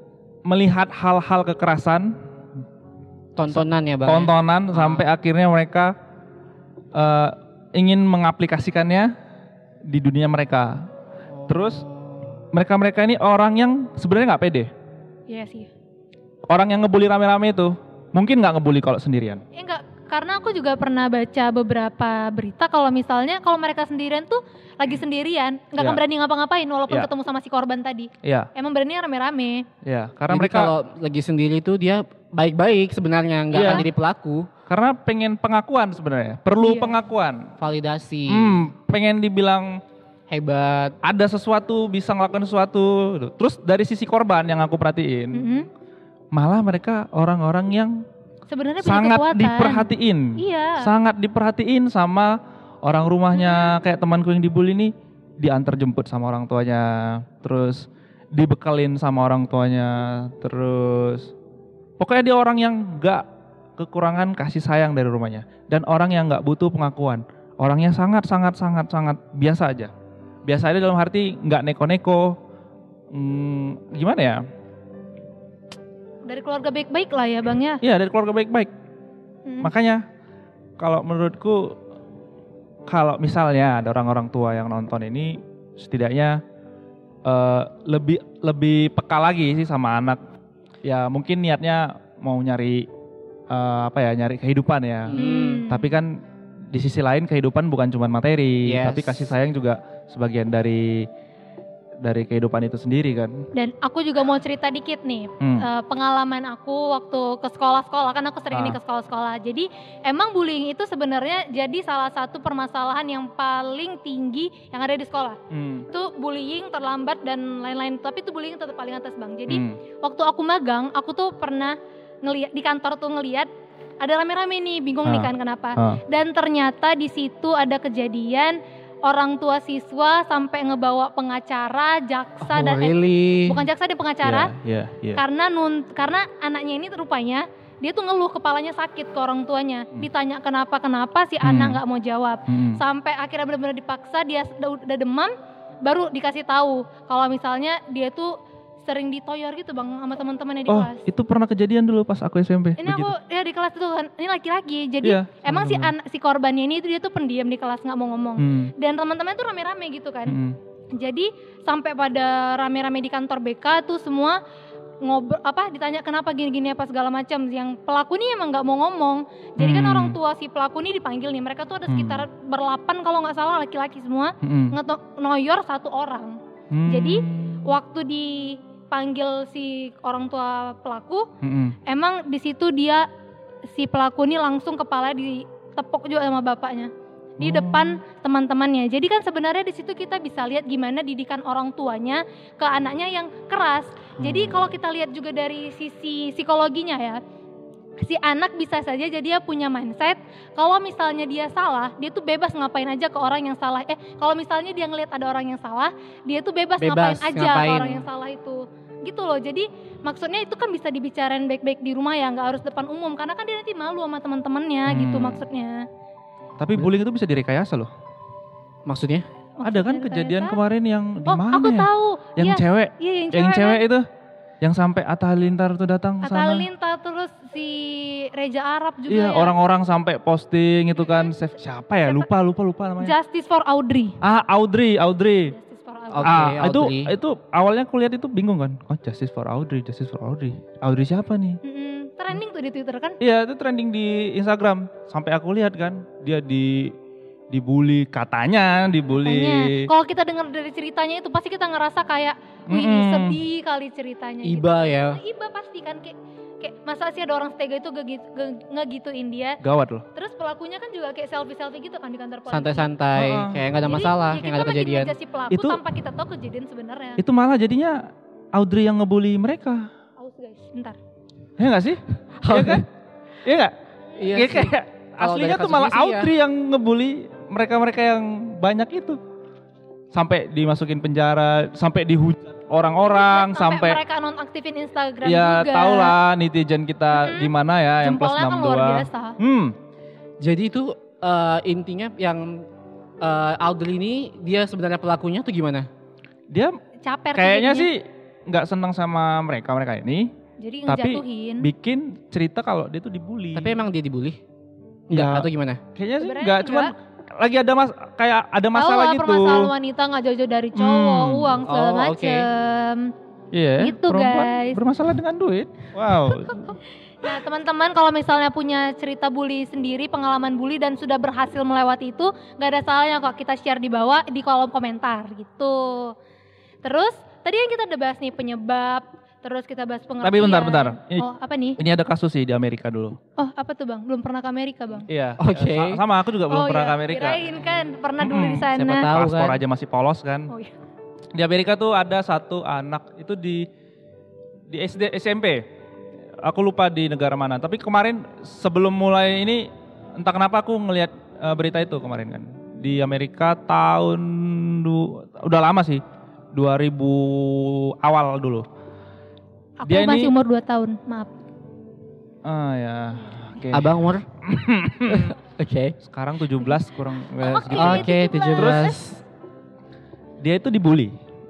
melihat hal-hal kekerasan, Tontonan ya bang. tontonan sampai akhirnya mereka uh, ingin mengaplikasikannya di dunia mereka. Terus mereka-mereka ini orang yang sebenarnya nggak pede. Iya sih. Orang yang ngebully rame-rame itu mungkin nggak ngebully kalau sendirian. Ya enggak, karena aku juga pernah baca beberapa berita kalau misalnya kalau mereka sendirian tuh lagi sendirian, nggak akan Ya. berani ngapa-ngapain walaupun Ya. ketemu sama si korban tadi. Iya, Emang berani rame-rame. iya. Karena Jadi mereka kalau lagi sendiri itu dia baik-baik sebenarnya, nggak Iya. akan jadi pelaku. karena pengen pengakuan sebenarnya, perlu Iya. pengakuan. Validasi, Hmm, pengen dibilang hebat. ada sesuatu, bisa ngelakuin sesuatu. gitu. Terus dari sisi korban yang aku perhatiin, Mhm. malah mereka orang-orang yang Sebenarnya punya sangat kekuatan. diperhatiin, Iya. sangat diperhatiin sama orang rumahnya. Kayak temanku yang dibully nih, diantar jemput sama orang tuanya, terus dibekelin sama orang tuanya, terus pokoknya dia orang yang gak kekurangan kasih sayang dari rumahnya, dan orang yang gak butuh pengakuan, orangnya sangat sangat sangat sangat biasa aja, biasa aja dalam arti nggak neko-neko, hmm, gimana ya? Dari keluarga baik-baik lah ya bang ya. Iya, dari keluarga baik-baik. Hmm. Makanya kalau menurutku, kalau misalnya ada orang-orang tua yang nonton ini, setidaknya eh, lebih lebih peka lagi sih sama anak. Ya mungkin niatnya mau nyari eh, apa ya, nyari kehidupan ya. Hmm. Tapi kan di sisi lain kehidupan bukan cuma materi, Yes. tapi kasih sayang juga sebagian dari dari kehidupan itu sendiri kan. Dan aku juga mau cerita dikit nih, Hmm. eh, pengalaman aku waktu ke sekolah-sekolah, kan aku sering Ah. nih ke sekolah-sekolah. Jadi emang bullying itu sebenarnya jadi salah satu permasalahan yang paling tinggi yang ada di sekolah. Hmm. Itu bullying, terlambat dan lain-lain. Tapi itu bullying tetap paling atas bang. Jadi Hmm. waktu aku magang, aku tuh pernah ngeliat di kantor tuh ngeliat ada rame-rame nih, bingung nih Ah. kan kenapa. Ah. Dan ternyata di situ ada kejadian orang tua siswa sampai ngebawa pengacara, jaksa Oh, dan eh, really? bukan jaksa deh pengacara. Iya, iya. Karena nun karena anaknya ini rupanya dia tuh ngeluh kepalanya sakit ke orang tuanya. Hmm. Ditanya kenapa kenapa si Hmm. anak nggak mau jawab. Hmm. Sampai akhirnya benar-benar dipaksa, dia udah, udah demam, baru dikasih tahu kalau misalnya dia tuh sering ditoyor gitu bang sama teman-temannya di Oh, kelas. itu pernah kejadian dulu pas aku S M P. Ini begitu. aku ya di kelas itu kan, ini laki-laki. Jadi Iya, emang si sama-sama. anak si korbannya ini itu dia tuh pendiam di kelas nggak mau ngomong. Hmm. Dan teman-teman tuh rame-rame gitu kan. Hmm. Jadi sampai pada rame-rame di kantor B K tuh semua ngobrol apa ditanya kenapa gini-gini apa segala macam. Yang pelaku ini emang nggak mau ngomong. Jadi kan Hmm. orang tua si pelaku ini dipanggil nih. Mereka tuh ada Hmm. sekitar berlapan kalau nggak salah laki-laki semua, Hmm. ngenoyor satu orang. Hmm. Jadi waktu dipanggil si orang tua pelaku, Hmm. emang di situ dia si pelaku ini langsung kepala ditepok juga sama bapaknya di Oh. depan teman-temannya. Jadi kan sebenarnya di situ kita bisa lihat gimana didikan orang tuanya ke anaknya yang keras. Jadi Hmm. kalau kita lihat juga dari sisi psikologinya ya, si anak bisa saja jadi dia punya mindset kalau misalnya dia salah, dia tuh bebas ngapain aja ke orang yang salah. Eh, kalau misalnya dia ngelihat ada orang yang salah, dia tuh bebas, Bebas ngapain aja ngapain. ke orang yang salah itu. Gitu loh. Jadi maksudnya itu kan bisa dibicarain baik-baik di rumah ya, nggak harus depan umum karena kan dia nanti malu sama teman-temannya gitu Hmm. maksudnya. Tapi bullying itu bisa direkayasa loh. Maksudnya? Ada kan Maksudnya kejadian rekayasa? kemarin yang di Oh, mana aku ya? tahu. Yang Iya, cewek, iya, yang yang cewek, cewek kan? itu, yang sampai Atta Halilintar tuh datang ke Atta sana. Halilintar terus si Reza Arab juga Iya, ya. orang-orang sampai posting itu kan, save- siapa ya? Lupa, lupa, lupa namanya. Justice for Audrey. Ah, Audrey, Audrey. Justice for Audrey. Oke, ah, itu Audrey. itu awalnya kulihat itu bingung kan. Oh, Justice for Audrey, Justice for Audrey. Audrey siapa nih? Mm-mm. Trending tuh di Twitter kan. Iya, itu trending di Instagram. Sampai aku lihat kan, dia di dibully, katanya dibully. Katanya. Kalau kita dengar dari ceritanya itu pasti kita ngerasa kayak, wih Mm-mm. sedih kali ceritanya. Iba gitu. ya. Nah, Iba pasti kan kayak, kayak masa sih ada orang setega itu nge- nge- ngegituin dia. Gawat loh. Terus pelakunya kan juga kayak selfie-selfie gitu kan di kantor polisi. Santai-santai, Heeh. kayak nggak ada Jadi, masalah, ya kayak nggak ada kita kejadian. makin ngejudge si pelaku Itu- tanpa kita tahu kejadian sebenarnya. Itu malah jadinya Audrey yang ngebully mereka. Aus guys, bentar. Ya nggak sih? Iya kan? Iya nggak? Iya Kayak, sih. kayak Kalau aslinya dari tuh malah kasusnya sih ya. Audrey yang ngebully mereka-mereka yang banyak itu. Sampai dimasukin penjara, sampai dihujat orang-orang, sampai, mereka nonaktifin Instagram ya juga. tau lah netizen kita Mm-mm. gimana ya yang plus Jempolnya enam kan puluh dua. luar biasa. Hmm. Jadi itu eh, intinya yang eh, Audrey ini dia sebenarnya pelakunya tuh gimana? Dia Caper kayaknya jadinya. sih nggak senang sama mereka mereka ini, Jadi tapi ngejatuhin. bikin cerita kalau dia tuh dibully. Tapi emang dia dibully? Enggak. Enggak atau gimana? Kayaknya sih Sebenarnya enggak, cuman lagi ada mas kayak ada Tahu masalah lah gitu. permasalahan wanita nggak jauh-jauh dari cowok, Hmm. uang segala Oh, oke. macem. Iya, Gitu, perempuan guys. bermasalah dengan duit. Wow. Nah teman-teman kalau misalnya punya cerita bully sendiri, pengalaman bully dan sudah berhasil melewati itu, nggak ada salahnya kok kita share di bawah di kolom komentar gitu. Terus tadi yang kita udah bahas nih penyebab, terus kita bahas pengertian. Tapi bentar, bentar. Ini, Oh apa nih? ini ada kasus sih di Amerika dulu. Oh apa tuh bang? Belum pernah ke Amerika bang? Iya. Oke. Sa- Sama aku juga belum oh pernah iya, ke Amerika. kirain kan pernah dulu Mm-mm, di sana. siapa tahu. Paspor kan. aja masih polos kan. Oh iya. Di Amerika tuh ada satu anak itu di di S D S M P. Aku lupa di negara mana. Tapi kemarin sebelum mulai ini entah kenapa aku ngelihat eh, berita itu kemarin kan. Di Amerika tahun du- udah lama sih. dua ribu awal dulu. Aku Dia masih ini- umur dua tahun, maaf. Ah ya. Oke. Abang umur? Oke. Sekarang tujuh belas kurang eh, Oke. segitu. Oke, tujuh belas. Dia itu dibully.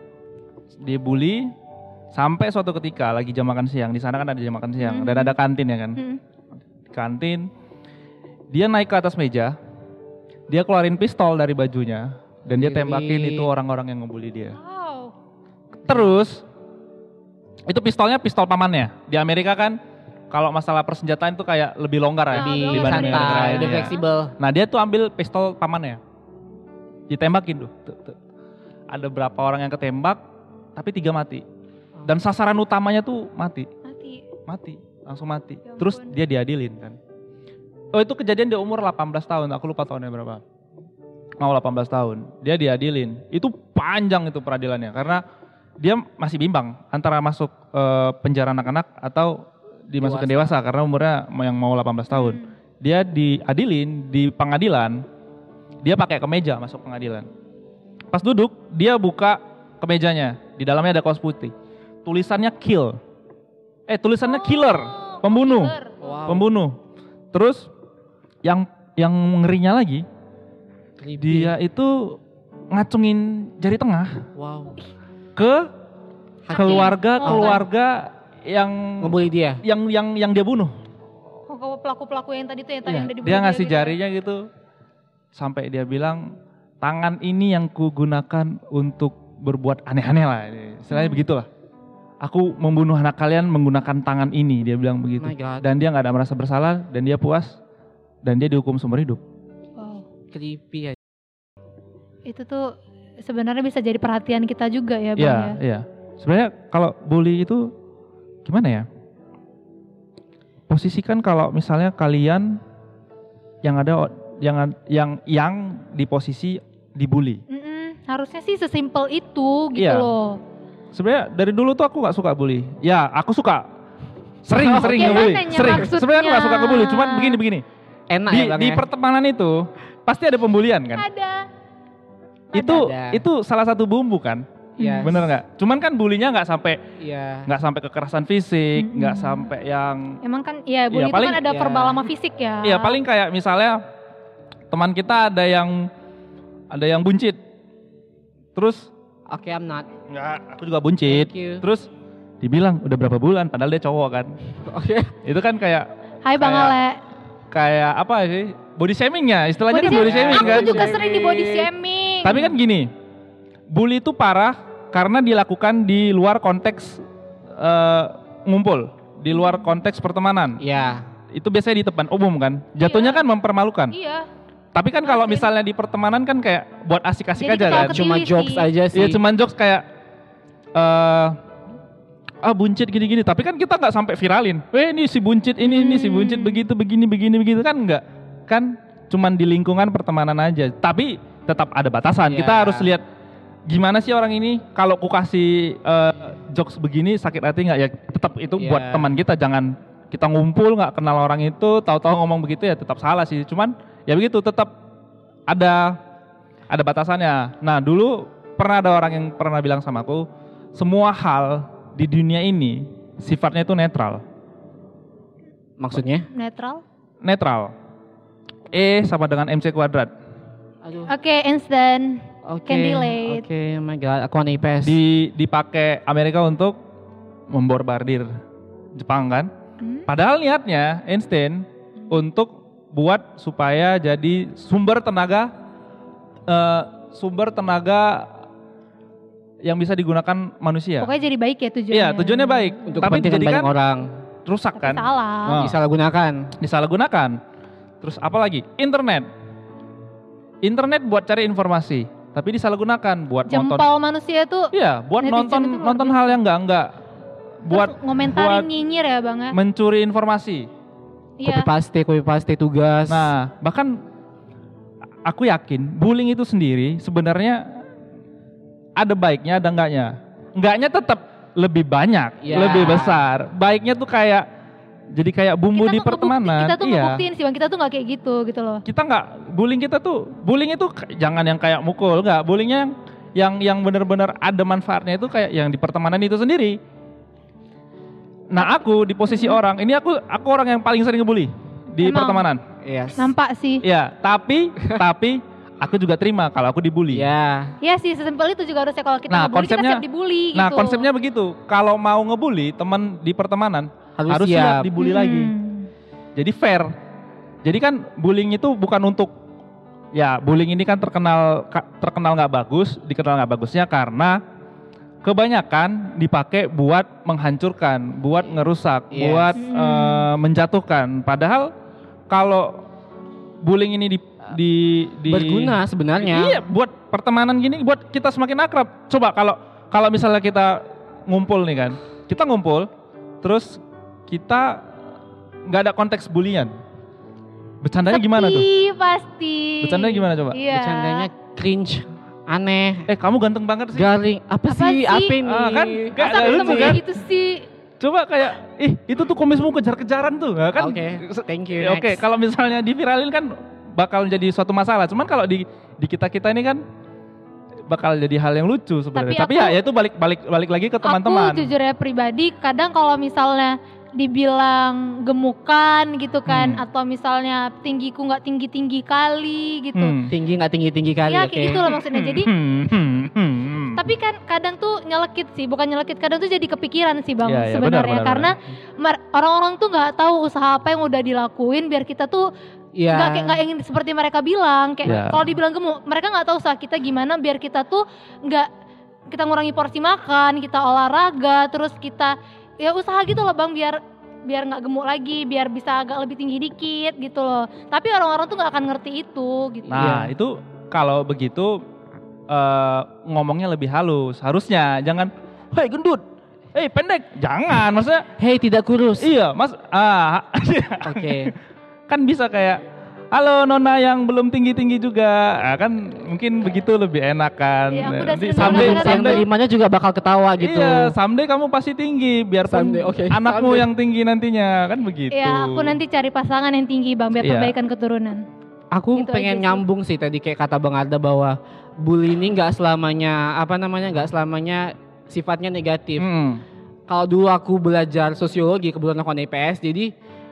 Dibully sampai suatu ketika lagi jam makan siang. Di sana kan ada jam makan siang Mhm. dan ada kantin ya kan. Hmm. Di kantin dia naik ke atas meja. Dia keluarin pistol dari bajunya dan dia Diri. tembakin itu orang-orang yang ngebully dia. Wow. Terus itu pistolnya pistol pamannya. Di Amerika kan kalau masalah persenjataan itu kayak lebih longgar ya Ah, Lebih lebih dibanding negara santai, lain, lebih ya. fleksibel. Nah dia tuh ambil pistol pamannya, ditembakin tuh. Tuh, tuh. Ada berapa orang yang ketembak, tapi tiga mati. Dan sasaran utamanya tuh mati, Mati. mati, langsung mati. Ya Terus ampun. dia diadilin kan. Oh itu kejadian di umur delapan belas tahun, aku lupa tahunnya berapa. Mau delapan belas tahun, dia diadilin. Itu panjang itu peradilannya, karena dia masih bimbang antara masuk eh, penjara anak-anak atau dimasukin dewasa, karena umurnya yang mau delapan belas tahun. Hmm. Dia diadilin di pengadilan, dia pakai kemeja masuk pengadilan. Pas duduk, dia buka kemejanya, di dalamnya ada kaos putih. Tulisannya kill. Eh, tulisannya killer, pembunuh, Killer. Wow. pembunuh. Terus yang yang ngerinya lagi, Creepy. dia itu ngacungin jari tengah Wow. ke Hati. keluarga-keluarga yang Ngebully dia. yang yang yang dia bunuh. Oh, kalau pelaku-pelaku yang tadi tuh yang tadi Iya, yang udah dia dibunuh ngasih gitu. jarinya gitu sampai dia bilang tangan ini yang kugunakan untuk berbuat aneh-aneh lah, istilahnya Hmm. begitulah. Aku membunuh anak kalian menggunakan tangan ini, dia bilang begitu. My God. Dan dia nggak ada merasa bersalah dan dia puas dan dia dihukum seumur hidup. Wow. Creepy aja. Itu tuh sebenarnya bisa jadi perhatian kita juga ya, Bang Iya, ya. iya. Sebenarnya kalau bully itu gimana ya? Posisikan kalau misalnya kalian yang ada yang yang yang di posisi dibully. Mm-mm, harusnya sih sesimpel itu gitu Iya. loh. Sebenarnya dari dulu tuh aku nggak suka bully. Ya, aku suka sering Oh, sering gimana ngebully. nya Sering. maksudnya? Sebenarnya aku nggak suka ngebully, cuman begini begini. Enak Di, ya Bang di ya? pertemanan itu pasti ada pembulian kan. Ada. Itu Ada. itu salah satu bumbu kan. Yes. Bener nggak? Cuman kan bulinya nggak sampai Iya. nggak sampai kekerasan fisik, Mm-mm. nggak sampai yang Emang kan ya bully itu paling- kan ada ya. verbal sama fisik ya. Iya paling kayak misalnya teman kita ada yang ada yang buncit, terus Oke, I'm not. nggak, aku juga buncit, Thank you. terus dibilang udah berapa bulan, padahal dia cowok kan, Oke. itu kan kayak Hai Bang kayak- Ale. kayak apa sih body shaming ya, istilahnya kan body shaming. shaming Aku kan. juga sering di body shaming. Tapi kan gini, bully itu parah karena dilakukan di luar konteks eh, ngumpul, di luar konteks pertemanan. Iya. Itu biasanya di depan umum kan, jatuhnya Iya. kan mempermalukan. Iya. Tapi kan kalau Jadi- misalnya di pertemanan kan kayak buat asik-asik Jadi aja ketawa kan. ketiwi Cuma sih. jokes aja sih. Iya cuman jokes kayak eh ah buncit gini-gini. Tapi kan kita nggak sampai viralin. Eh ini si buncit ini ini si buncit Hmm. begitu begini begini begitu kan nggak. Kan cuman di lingkungan pertemanan aja. Tapi tetap ada batasan. Iya. Kita harus lihat gimana sih orang ini. Kalau ku kasih eh, jokes begini sakit hati nggak ya? Tetap itu Iya. buat teman kita. Jangan kita ngumpul nggak kenal orang itu, tahu-tahu ngomong begitu ya tetap salah sih. Cuman ya begitu tetap ada ada batasannya. Nah dulu pernah ada orang yang pernah bilang sama aku, semua hal di dunia ini sifatnya itu netral. Maksudnya? Netral. Netral. E sama dengan M C kuadrat. Aduh. Oke, instant. Oke. Can relate. Oke, oh my god, aku anak I P S. Di dipakai Amerika untuk memborbardir Jepang kan. Hmm? Padahal niatnya Einstein untuk buat supaya jadi sumber tenaga eh, sumber tenaga yang bisa digunakan manusia. Pokoknya jadi baik ya tujuannya. Iya, tujuannya baik, Untuk tapi kepentingan dijadikan banyak orang. rusak Tapi kan. salah. Nah, Disalahgunakan. disalahgunakan. Terus apa lagi? Internet. Internet buat cari informasi, tapi disalahgunakan buat nonton. Jempol manusia tuh Iya, buat netizen nonton itu luar nonton biasa. hal yang enggak-enggak. Buat terus ngomentarin buat nyinyir ya Bang ya. mencuri informasi. Iya. Copy paste, copy paste tugas. Nah, bahkan aku yakin bullying itu sendiri sebenarnya ada baiknya, ada enggaknya. Enggaknya tetap lebih banyak, Ya. lebih besar. Baiknya tuh kayak jadi kayak bumbu Kita di tuh ngebukti- pertemanan. Kita tuh Iya. ngebuktiin sih Bang, kita tuh gak kayak gitu gitu loh. Kita nggak bullying kita tuh bullying itu k- jangan yang kayak mukul, nggak. Bullyingnya yang yang yang benar-benar ada manfaatnya itu kayak yang di pertemanan itu sendiri. Nah, aku di posisi orang ini aku aku orang yang paling sering ngebully di Emang? pertemanan. Yes. Nampak sih. Iya, tapi tapi aku juga terima kalau aku dibully. Ya. Iya sih, sesimpel itu juga harusnya kalau kita Nah, ngebully, kita konsepnya- siap dibully Nah, gitu. konsepnya begitu. Kalau mau ngebully teman di pertemanan Harus harus siap. siap dibully Hmm. lagi. Jadi fair. Jadi kan bullying itu bukan untuk ya bullying ini kan terkenal ka- terkenal nggak bagus, dikenal nggak bagusnya karena kebanyakan dipakai buat menghancurkan, buat ngerusak, Yes. buat Hmm. eh, menjatuhkan. Padahal kalau bullying ini di di, di Berguna sebenarnya. Iya, buat pertemanan gini, buat kita semakin akrab. Coba kalau kalau misalnya kita ngumpul nih kan, kita ngumpul, terus kita nggak ada konteks bulian. Bercandanya gimana tuh? Sepi pasti. Bercandanya gimana coba? Iya. Bercandanya cringe, aneh, Eh kamu ganteng banget sih. garing. Apa, Apa sih? sih? Apa ini? Ah, kan? Gak Masa ada ketemu lucu kayak kan? gitu sih. Coba kayak, ih itu tuh kumismu kejar-kejaran tuh, nah, kan? Oke, thank you. Ya, Oke, next. kalau misalnya diviralin kan bakal jadi suatu masalah. Cuman kalau di di kita kita ini kan bakal jadi hal yang lucu sebenarnya. Tapi Tapi, ya, aku- ya itu balik balik balik lagi ke teman-teman. Aku jujur ya pribadi, kadang kalau misalnya dibilang gemukan gitu kan, Hmm. atau misalnya tinggiku nggak tinggi-tinggi kali gitu. Hmm. Tinggi nggak tinggi-tinggi kali, Ya oke. kayak gitu loh maksudnya. Jadi Hmm, hmm, hmm. tapi kan kadang tuh nyelekit sih, bukan nyelekit, kadang tuh jadi kepikiran sih Bang Ya, ya, sebenarnya. benar, benar, Karena mer- orang-orang tuh nggak tahu usaha apa yang udah dilakuin biar kita tuh Iya. nggak kayak nggak ingin seperti mereka bilang. Kayak Ya. kalau dibilang gemuk, mereka nggak tahu usaha kita gimana biar kita tuh nggak kita ngurangi porsi makan, kita olahraga, terus kita ya usaha gitu loh Bang biar biar nggak gemuk lagi, biar bisa agak lebih tinggi dikit gitu loh. Tapi orang-orang tuh nggak akan ngerti itu gitu. Nah, itu kalau begitu eh, ngomongnya lebih halus. Harusnya jangan, "Hei gendut, hei pendek." Jangan, maksudnya Hey, tidak kurus. iya, Mas. Ah, Oke. kan bisa kayak, "Halo Nona yang belum tinggi-tinggi juga." Ah, kan mungkin begitu lebih enak kan. Iya, aku udah Nanti sering someday, dengar Yang someday, nerimanya juga bakal ketawa gitu. iya, someday kamu pasti tinggi, biarpun Someday, oke. anakmu Someday. yang tinggi nantinya, kan begitu. Ya aku nanti cari pasangan yang tinggi Bang biar Iya. perbaikan keturunan. Aku Gitu pengen aja sih. nyambung sih tadi kayak kata Bang Arda bahwa bully ini nggak selamanya apa namanya nggak selamanya sifatnya negatif. Hmm. Kalau dulu aku belajar sosiologi, kebetulan aku anak I P S, jadi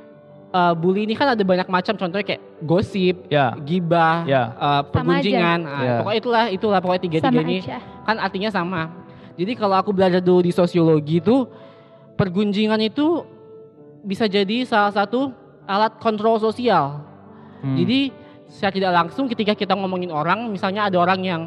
eh, bully ini kan ada banyak macam, contohnya kayak gosip, Ya, gibah, ya. eh, pergunjingan. Nah, Ya. Pokoknya itulah itulah pokoknya tiga-tiga Sama ini aja. kan artinya sama. Jadi kalau aku belajar dulu di sosiologi itu pergunjingan itu bisa jadi salah satu alat kontrol sosial. Hmm. Jadi secara tidak langsung ketika kita ngomongin orang, misalnya ada orang yang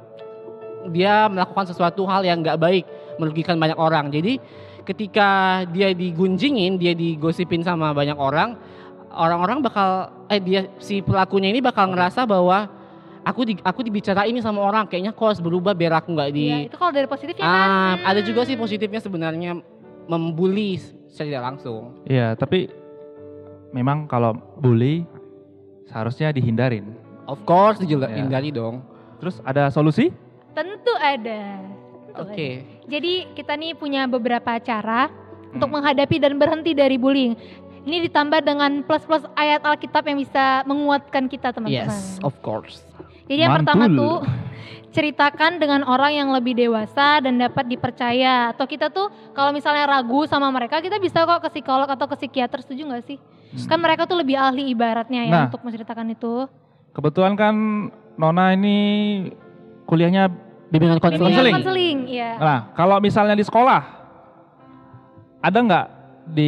dia melakukan sesuatu hal yang nggak baik, merugikan banyak orang. Jadi ketika dia digunjingin, dia digosipin sama banyak orang, orang-orang bakal eh dia si pelakunya ini bakal ngerasa bahwa aku di, aku dibicarain ini sama orang, kayaknya kok harus berubah biar aku nggak di. Iya, itu kalau dari positifnya kan. Ah, ada hmm. juga sih positifnya sebenarnya membuli secara tidak langsung. Iya, tapi memang kalau bully seharusnya dihindarin. Of course Ya. dihindari dong. Terus ada solusi? Tentu ada. Tentu Oke. ada. Jadi kita nih punya beberapa cara Hmm. untuk menghadapi dan berhenti dari bullying. Ini ditambah dengan plus-plus ayat Alkitab yang bisa menguatkan kita teman-teman. Yes, of course. Jadi yang pertama Mantul. tuh ceritakan dengan orang yang lebih dewasa dan dapat dipercaya. Atau kita tuh kalau misalnya ragu sama mereka, kita bisa kok ke psikolog atau ke psikiater, setuju gak sih? Hmm. Kan mereka tuh lebih ahli ibaratnya ya Nah. untuk menceritakan itu. Kebetulan kan Nona ini kuliahnya Bimbingan Bimbingan konseling. konseling, iya. Nah, kalau misalnya di sekolah, ada nggak di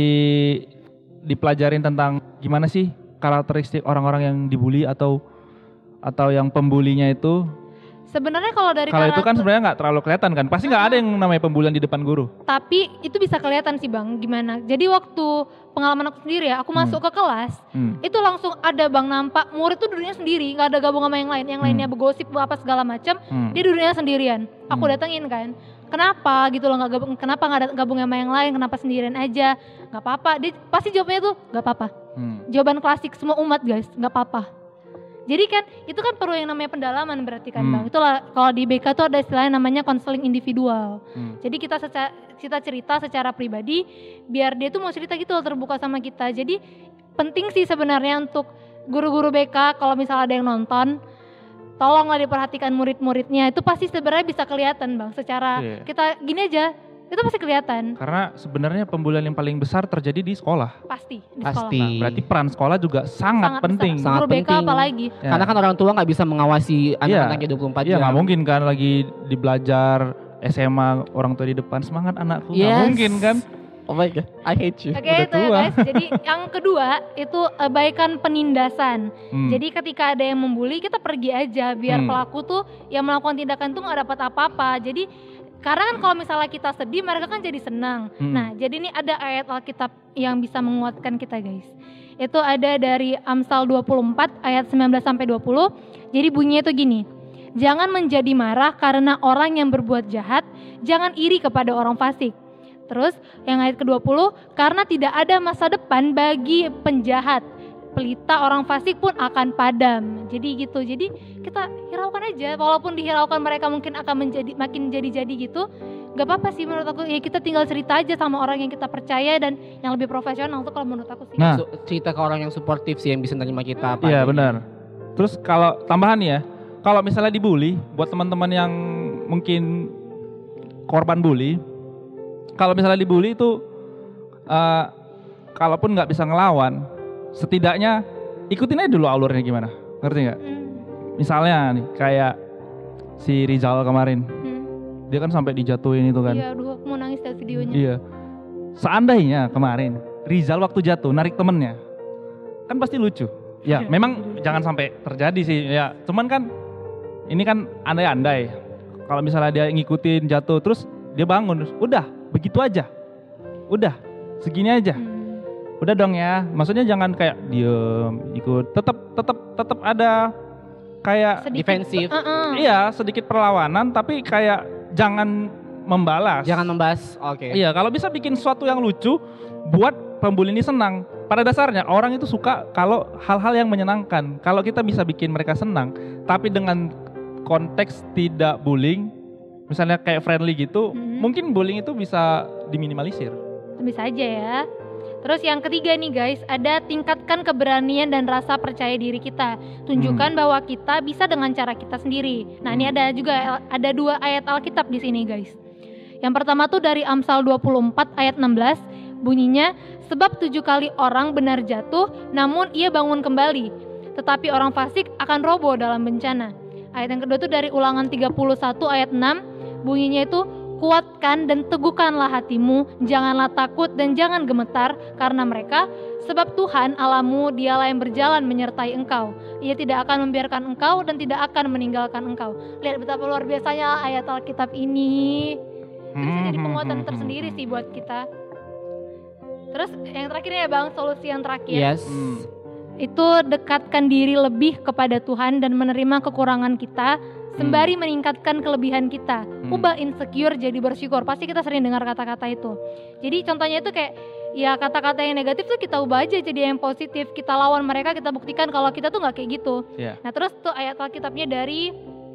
dipelajarin tentang gimana sih karakteristik orang-orang yang dibully atau atau yang pembulinya itu? Sebenarnya kalau dari Kalau itu kan karakter- sebenarnya nggak terlalu kelihatan kan, pasti nggak ada yang namanya pembulian di depan guru. tapi itu bisa kelihatan sih Bang, gimana. Jadi waktu pengalaman aku sendiri ya, aku Hmm. masuk ke kelas, Hmm. itu langsung ada Bang nampak murid tuh duduknya sendiri, nggak ada gabung sama yang lain. Yang Hmm. lainnya bergosip apa segala macam, Hmm. dia duduknya sendirian. Aku Hmm. datengin kan, kenapa gitu loh nggak gabung, kenapa nggak ada gabung sama yang lain, kenapa sendirian aja? Nggak apa-apa. Dia pasti jawabnya tuh nggak apa-apa. Hmm. Jawaban klasik semua umat guys, nggak apa-apa. Jadi kan itu kan perlu yang namanya pendalaman berarti kan Hmm. Bang. Itulah kalau di B K tuh ada istilahnya namanya konseling individual. Hmm. Jadi kita secara, kita cerita secara pribadi biar dia tuh mau cerita gitu loh, terbuka sama kita. Jadi penting sih sebenarnya untuk guru-guru B K kalau misalnya ada yang nonton, tolonglah diperhatikan murid-muridnya. Itu pasti sebenarnya bisa kelihatan Bang. Secara Iya. kita gini aja, itu pasti kelihatan. Karena sebenarnya pembulian yang paling besar terjadi di sekolah. Pasti di Pasti. sekolah. Nah, berarti peran sekolah juga sangat, Sangat penting. besar. Sangat Guru B K penting. apalagi. Ya. Karena kan orang tua nggak bisa mengawasi anak-anaknya dua puluh empat Iya jam. nggak mungkin kan lagi di belajar S M A orang tua di depan semangat anakku nggak Yes. mungkin kan. Oh my god, I hate you. Oke Udah itu ya tua. guys. Jadi yang kedua itu abaikan penindasan. Hmm. Jadi ketika ada yang membuli kita pergi aja biar Hmm. pelaku tuh yang melakukan tindakan tuh nggak dapat apa-apa. Jadi karena kan kalau misalnya kita sedih mereka kan jadi senang. Hmm. Nah jadi ini ada ayat Alkitab yang bisa menguatkan kita guys. Itu ada dari Amsal dua puluh empat ayat sembilan belas sampai dua puluh. Jadi bunyinya itu gini. Jangan menjadi marah karena orang yang berbuat jahat, jangan iri kepada orang fasik. Terus yang ayat ke dua puluh, karena tidak ada masa depan bagi penjahat, pelita orang fasik pun akan padam. Jadi gitu, jadi kita hiraukan aja, walaupun dihiraukan mereka mungkin akan menjadi makin jadi-jadi gitu, gak apa-apa sih menurut aku, ya kita tinggal cerita aja sama orang yang kita percaya dan yang lebih profesional tuh kalau menurut aku sih. Nah. Su- cerita ke orang yang suportif sih yang bisa nerima kita apa Iya adanya. benar. Terus kalau tambahan nih ya, kalau misalnya dibully, buat teman-teman yang mungkin korban bully, kalau misalnya dibully itu, uh, kalaupun nggak bisa ngelawan, setidaknya ikutin aja dulu alurnya gimana, ngerti nggak? Hmm, Misalnya nih kayak si Rizal kemarin, hmm. dia kan sampai dijatuhin itu kan. Iya, aduh aku mau nangis lihat videonya. Iya. Seandainya kemarin Rizal waktu jatuh narik temennya, kan pasti lucu. Ya, memang jangan sampai terjadi sih. Ya, cuman kan ini kan andai-andai. Kalau misalnya dia ngikutin jatuh terus dia bangun, terus udah begitu aja. Udah, segini aja. Hmm. Udah dong ya. Maksudnya jangan kayak diem, ikut. Tetap tetap tetap ada kayak Sedikit- Defensif. Uh-uh. iya, sedikit perlawanan tapi kayak jangan membalas. Jangan membahas. Oke. Iya, kalau bisa bikin sesuatu yang lucu buat pembuli ini senang. Pada dasarnya orang itu suka kalau hal-hal yang menyenangkan. Kalau kita bisa bikin mereka senang, tapi dengan konteks tidak bullying, misalnya kayak friendly gitu, Mhm. mungkin bullying itu bisa diminimalisir. Bisa aja ya. Terus yang ketiga nih guys, ada tingkatkan keberanian dan rasa percaya diri kita. Tunjukkan Hmm. bahwa kita bisa dengan cara kita sendiri. Nah ini Hmm. ada juga ada dua ayat Alkitab di sini guys. Yang pertama tuh dari Amsal dua puluh empat ayat enam belas, bunyinya, sebab tujuh kali orang benar jatuh, namun ia bangun kembali. Tetapi orang fasik akan roboh dalam bencana. Ayat yang kedua tuh dari Ulangan tiga puluh satu ayat enam, bunyinya itu, kuatkan dan teguhkanlah hatimu, janganlah takut dan jangan gemetar karena mereka, sebab Tuhan Allahmu dialah yang berjalan menyertai engkau. Ia tidak akan membiarkan engkau dan tidak akan meninggalkan engkau. Lihat betapa luar biasanya ayat Alkitab ini. Itu bisa jadi penguatan tersendiri sih buat kita. Terus yang terakhir ya Bang, solusi yang terakhir. Yes. Hmm. Itu dekatkan diri lebih kepada Tuhan dan menerima kekurangan kita sembari meningkatkan kelebihan kita. Ubah insecure jadi bersyukur. Pasti kita sering dengar kata-kata itu. Jadi contohnya itu kayak ya kata-kata yang negatif tuh kita ubah aja jadi yang positif. Kita lawan mereka, kita buktikan kalau kita tuh nggak kayak gitu. Iya. Nah terus tuh ayat Alkitabnya dari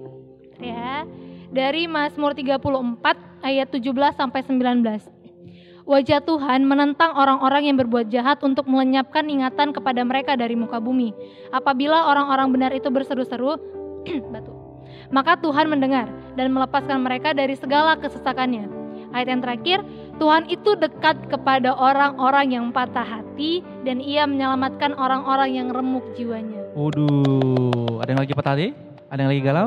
ya dari Mazmur tiga puluh empat ayat tujuh belas sampai sembilan belas. Wajah Tuhan menentang orang-orang yang berbuat jahat untuk melenyapkan ingatan kepada mereka dari muka bumi. Apabila orang-orang benar itu berseru-seru, batu, maka Tuhan mendengar dan melepaskan mereka dari segala kesesakannya. Ayat yang terakhir, Tuhan itu dekat kepada orang-orang yang patah hati dan ia menyelamatkan orang-orang yang remuk jiwanya. Waduh, ada yang lagi patah hati? Ada yang lagi galau?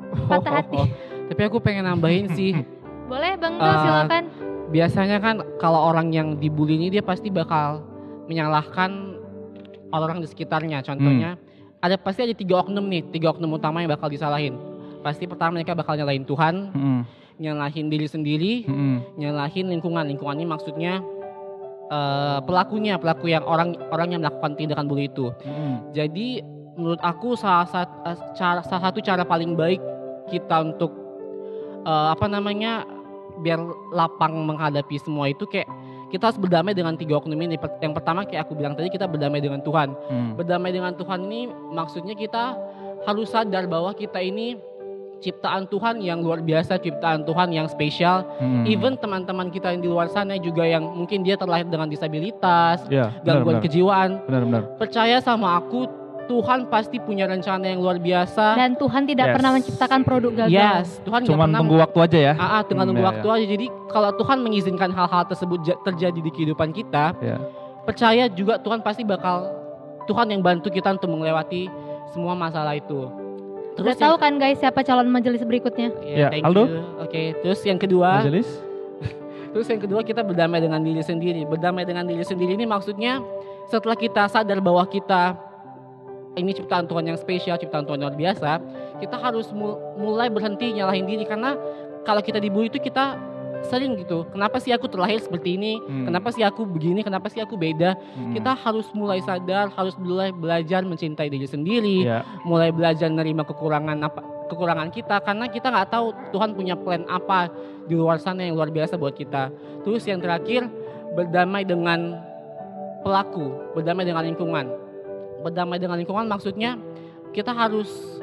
patah hati. Tapi aku pengen nambahin sih. Boleh Bang Do, Uh, silakan. Biasanya kan kalau orang yang dibully ini dia pasti bakal menyalahkan orang-orang di sekitarnya. Contohnya ada pasti ada tiga oknum nih, tiga oknum utama yang bakal disalahin. Pasti pertama mereka bakal nyalahin Tuhan, Mm-mm. nyalahin diri sendiri, Mm-mm. nyalahin lingkungan. Lingkungan ini maksudnya uh, pelakunya, pelaku yang orang orang yang melakukan tindakan bully itu. Mm-mm. Jadi menurut aku salah, sat, uh, cara, salah satu cara paling baik kita untuk uh, apa namanya biar lapang menghadapi semua itu kayak kita harus berdamai dengan tiga oknum ini. Yang pertama kayak aku bilang tadi, kita berdamai dengan Tuhan. Mm. Berdamai dengan Tuhan ini maksudnya kita harus sadar bahwa kita ini ciptaan Tuhan yang luar biasa, ciptaan Tuhan yang spesial. Mm. Even teman-teman kita yang di luar sana juga yang mungkin dia terlahir dengan disabilitas, Ya, gangguan benar, kejiwaan. benar-benar. Percaya sama aku, Tuhan pasti punya rencana yang luar biasa. Dan Tuhan tidak Yes. pernah menciptakan produk gagal. Yes, Tuhan nggak Cuman pernah tunggu waktu aja ya. Ah, ah, tinggal Hmm, nunggu ya, waktu ya. aja. Jadi kalau Tuhan mengizinkan hal-hal tersebut ja- terjadi di kehidupan kita, Ya. percaya juga Tuhan pasti bakal Tuhan yang bantu kita untuk melewati semua masalah itu. Udah tahu kan guys siapa calon majelis berikutnya? Ya, Ya, thank Aldo? you. Oke, terus yang kedua, Majelis? terus yang kedua kita berdamai dengan diri sendiri. Berdamai dengan diri sendiri ini maksudnya setelah kita sadar bahwa kita ini ciptaan Tuhan yang spesial, ciptaan Tuhan yang luar biasa, kita harus mul- mulai berhenti nyalahin diri. Karena kalau kita dibully itu kita sering gitu, kenapa sih aku terlahir seperti ini, Hmm. kenapa sih aku begini, kenapa sih aku beda. Mm. Kita harus mulai sadar, harus mulai belajar mencintai diri sendiri, Ya. mulai belajar nerima kekurangan apa kekurangan kita, karena kita nggak tahu Tuhan punya plan apa di luar sana yang luar biasa buat kita. Terus yang terakhir, berdamai dengan pelaku, berdamai dengan lingkungan. Berdamai dengan lingkungan maksudnya kita harus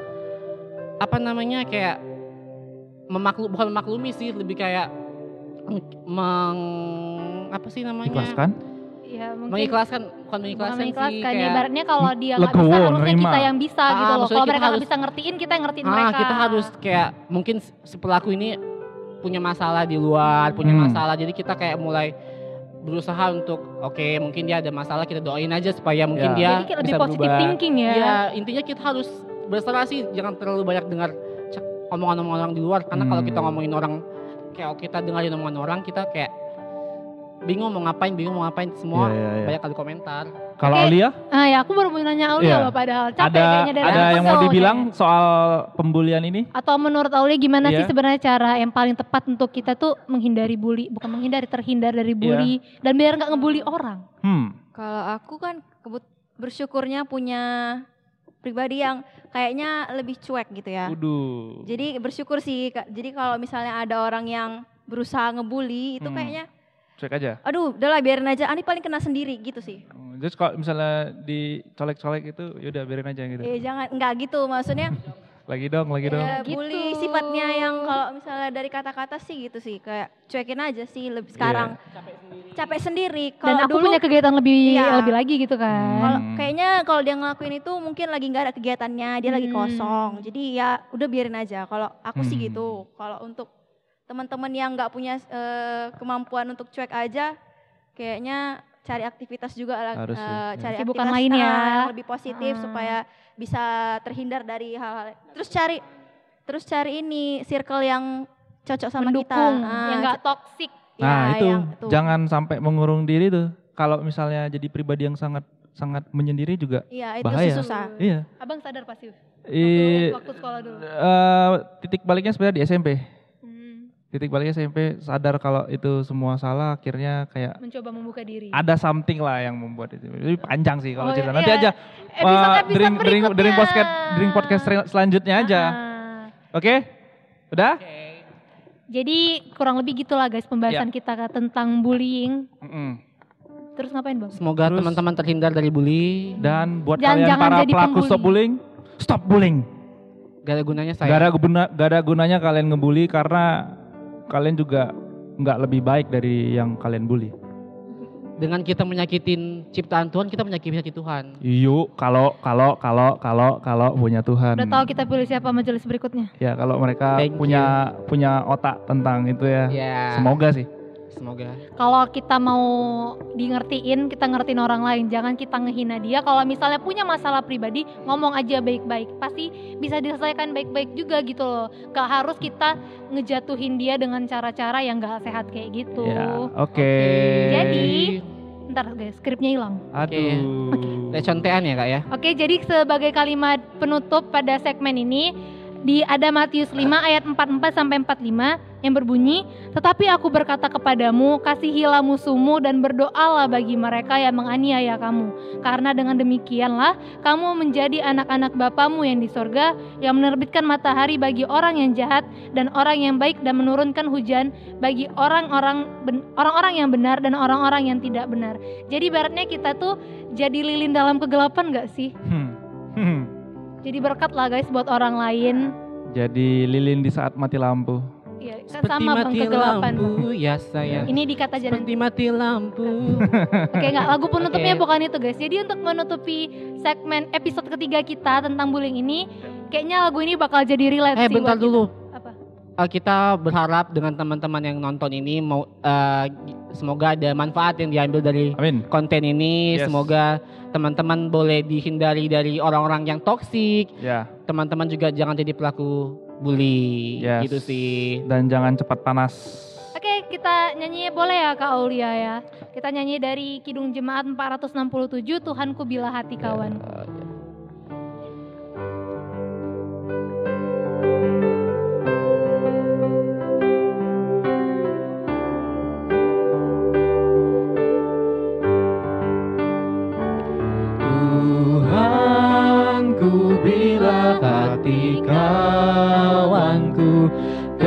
apa namanya kayak memaklum bukan memaklumi sih, lebih kayak meng apa sih namanya? Ikhlaskan? Ya mungkin Mengikhlaskan, bukan bukan mengikhlaskan sih mengikhlaskan. kayak Ibaratnya kalau dia nggak Legowo, bisa, harusnya nerima. kita yang bisa Ah, gitu loh. maksudnya Kalau kita mereka nggak harus- bisa ngertiin, kita yang ngertiin ah, mereka. kita harus kayak mungkin si pelaku ini punya masalah di luar, punya Hmm. masalah. Jadi kita kayak mulai berusaha untuk oke, mungkin dia ada masalah, kita doain aja supaya mungkin Ya. dia Jadi kayak lebih bisa positive berubah. thinking ya. Iya, intinya kita harus berserah sih, jangan terlalu banyak dengar cek- omongan-omongan orang di luar, karena kalau Hmm. kita ngomongin orang kayak kita dengerin omongan orang, kita kayak bingung mau ngapain, bingung mau ngapain, semua Iya, iya, iya. banyak kali komentar. Kalau Oke. Aulia? Ah ya, aku baru mau nanya Aulia Iya. loh padahal capek Ada kayaknya dari ada aku yang mau tuh, dibilang kayaknya. soal pembulian ini? Atau menurut Aulia gimana Iya. sih sebenarnya cara yang paling tepat untuk kita tuh menghindari bully, bukan menghindari, terhindar dari bully dan biar nggak ngebully orang. Hmm. Kalau aku kan kebut bersyukurnya punya pribadi yang kayaknya lebih cuek gitu ya. Waduh. Jadi bersyukur sih. Kak. Jadi kalau misalnya ada orang yang berusaha ngebully itu Hmm. kayaknya Cek aja. aduh udahlah biarin aja, Ani paling kena sendiri gitu sih. Oh, Terus kalau misalnya dicolek-colek itu yaudah biarin aja gitu. Eh jangan, enggak gitu maksudnya. Lagi dong, lagi dong. Ya, Gitu. bully sifatnya yang kalau misalnya dari kata-kata sih gitu sih, kayak cuekin aja sih lebih sekarang. Capek sendiri. Dan Kalau aku dulu punya kegiatan lebih Iya. lebih lagi gitu kan. kalau Hmm. kayaknya kalau dia ngelakuin itu mungkin lagi nggak ada kegiatannya, dia lagi Hmm. kosong. Jadi ya udah biarin aja. Kalau aku sih Hmm. gitu. Kalau untuk teman-teman yang nggak punya eh, kemampuan untuk cuek aja, kayaknya cari aktivitas juga lah, Harus eh, sih, ya. cari Kesibukan aktivitas lain ya. ah, yang lebih positif Ah. supaya bisa terhindar dari hal-hal. Terus cari terus cari ini circle yang cocok sama Mendukung, kita. Ah, yang nggak toksik. ya, Nah itu yang itu. jangan sampai mengurung diri tuh. Kalau misalnya jadi pribadi yang sangat sangat menyendiri juga. Iya, itu bahaya. susah. Iya. Abang sadar pasti I, waktu, waktu sekolah dulu. eh, titik baliknya sebenarnya di S M P. Hmm, Titik baliknya S M P sadar kalau itu semua salah, akhirnya kayak mencoba membuka diri. ada something lah yang membuat itu. Jadi panjang sih kalau Oh, cerita. iya. Nanti aja Episode-episode eh, drink, drink, drink berikutnya. podcast drink podcast sel- selanjutnya aja. Ah. Oke? Udah? Jadi kurang lebih gitulah guys pembahasan Ya. kita tentang bullying. Mm-mm. Terus ngapain bang? Semoga Terus- teman-teman terhindar dari bully. Dan buat Jangan- kalian jangan para jadi pelaku pembuli. stop bullying, stop bullying. Gak ada gunanya Gak saya. ada, guna, gak ada gunanya kalian ngebully karena kalian juga nggak lebih baik dari yang kalian bully. Dengan kita menyakitin ciptaan Tuhan, kita menyakiti hati Tuhan. Yuk, kalau kalau kalau kalau kalau punya Tuhan. Udah tahu kita pilih siapa majelis berikutnya? Ya kalau mereka Thank punya punya otak tentang itu ya. Ya. Semoga sih. semoga. Kalau kita mau di ngertiin, kita ngertiin orang lain, jangan kita ngehina dia. Kalau misalnya punya masalah pribadi, ngomong aja baik-baik, pasti bisa diselesaikan baik-baik juga gitu loh. Gak harus kita ngejatuhin dia dengan cara-cara yang gak sehat kayak gitu. Ya, oke. Jadi, ntar guys, skripnya hilang. Aduh. Kayak contean ya kak ya. Oke, jadi sebagai kalimat penutup pada segmen ini, di ada Matius lima ayat empat puluh empat sampai empat puluh lima yang berbunyi, "Tetapi aku berkata kepadamu, kasihilah musuhmu dan berdoalah bagi mereka yang menganiaya kamu. Karena dengan demikianlah kamu menjadi anak-anak Bapamu yang di sorga, yang menerbitkan matahari bagi orang yang jahat dan orang yang baik, dan menurunkan hujan bagi orang-orang ben- orang-orang yang benar dan orang-orang yang tidak benar." Jadi ibaratnya kita tuh jadi lilin dalam kegelapan gak sih? Hmm. Hmm. Jadi berkat lah guys buat orang lain. Jadi lilin di saat mati lampu. Iya, Seperti sama bang mati kegelapan. lampu, ya sayang. Ini dikat aja Seperti nanti. mati lampu. Oke, nggak, lagu penutupnya Oke. bukan itu guys. Jadi untuk menutupi segmen episode ketiga kita tentang bullying ini, kayaknya lagu ini bakal jadi relate Eh sih bentar buat dulu. kita. Apa? Uh, kita berharap dengan teman-teman yang nonton ini mau uh, semoga ada manfaat yang diambil dari Amin. konten ini. Yes. Semoga teman-teman boleh dihindari dari orang-orang yang toksik. Ya. Teman-teman juga jangan jadi pelaku bully. Yes. Gitu sih. Dan jangan cepat panas. Oke, kita nyanyi boleh ya Kak Aulia ya. Kita nyanyi dari Kidung Jemaat empat ratus enam puluh tujuh, Tuhanku bila hati kawan. Tuhanku bila hati kawanku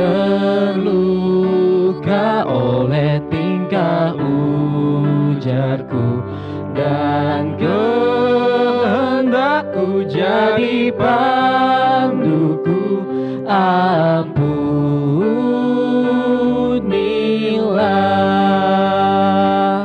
terluka oleh tingkah ujarku, dan kehendakku jadi panduku, ampunilah.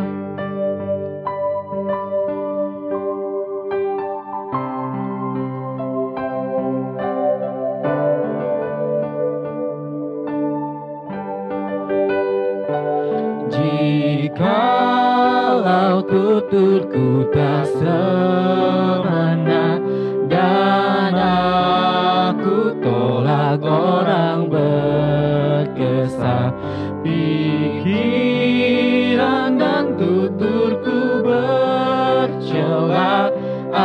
Jikalau tuturku tak semena dan aku tolak orang berkesah, pikiran dan tuturku bercela,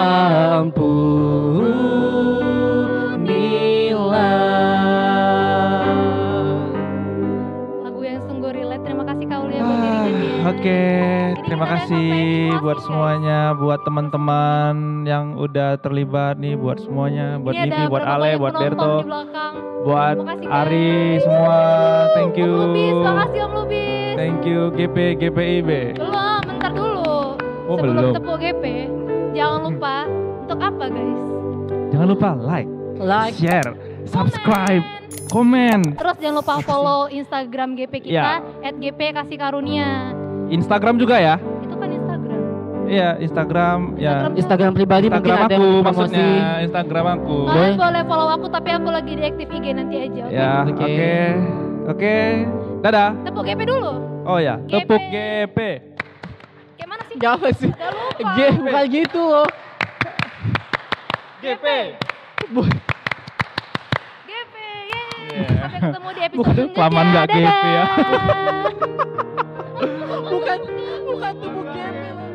ampunilah. Lagu yang sungguh relate. Terima kasih Kak Aulia buat nyanyinya. Oke, terima kita udah kasih sampai closing, buat guys. semuanya, buat teman-teman yang udah terlibat nih, buat semuanya, buat Ini ada Nivi, buat berapa Ale, banyak buat penonton Berto, di belakang. buat Makasih, guys. Ari semua, thank you. Om Lubis, makasih Om Lubis. Thank you G P G P I B. Belum, bentar dulu. Oh, Sebelum belum. tepuk G P, jangan lupa untuk apa guys? Jangan lupa like, Like, share, subscribe, Komen. komen. Terus jangan lupa follow Instagram G P kita at G P Kasih Karunia. Instagram juga ya? Itu kan Instagram. Iya, Instagram, ya. Instagram. Instagram pribadi mungkin Instagram ada aku yang promosi. maksudnya, Instagram aku. Kalian boleh follow aku tapi aku lagi di aktif I G nanti aja. Oke. Ya, oke. Oke. Oke. Dadah. Tepuk G P dulu. Oh ya, G P. tepuk G P. Kayak mana sih? Jangan sih. Udah lupa. G bukan gitu loh. G P. G P. Yeay. Yeah. Sampai ketemu di episode Bukan, selanjutnya. kelamaan nggak G P ya. Dadah. Bukan bukan tubuh G P.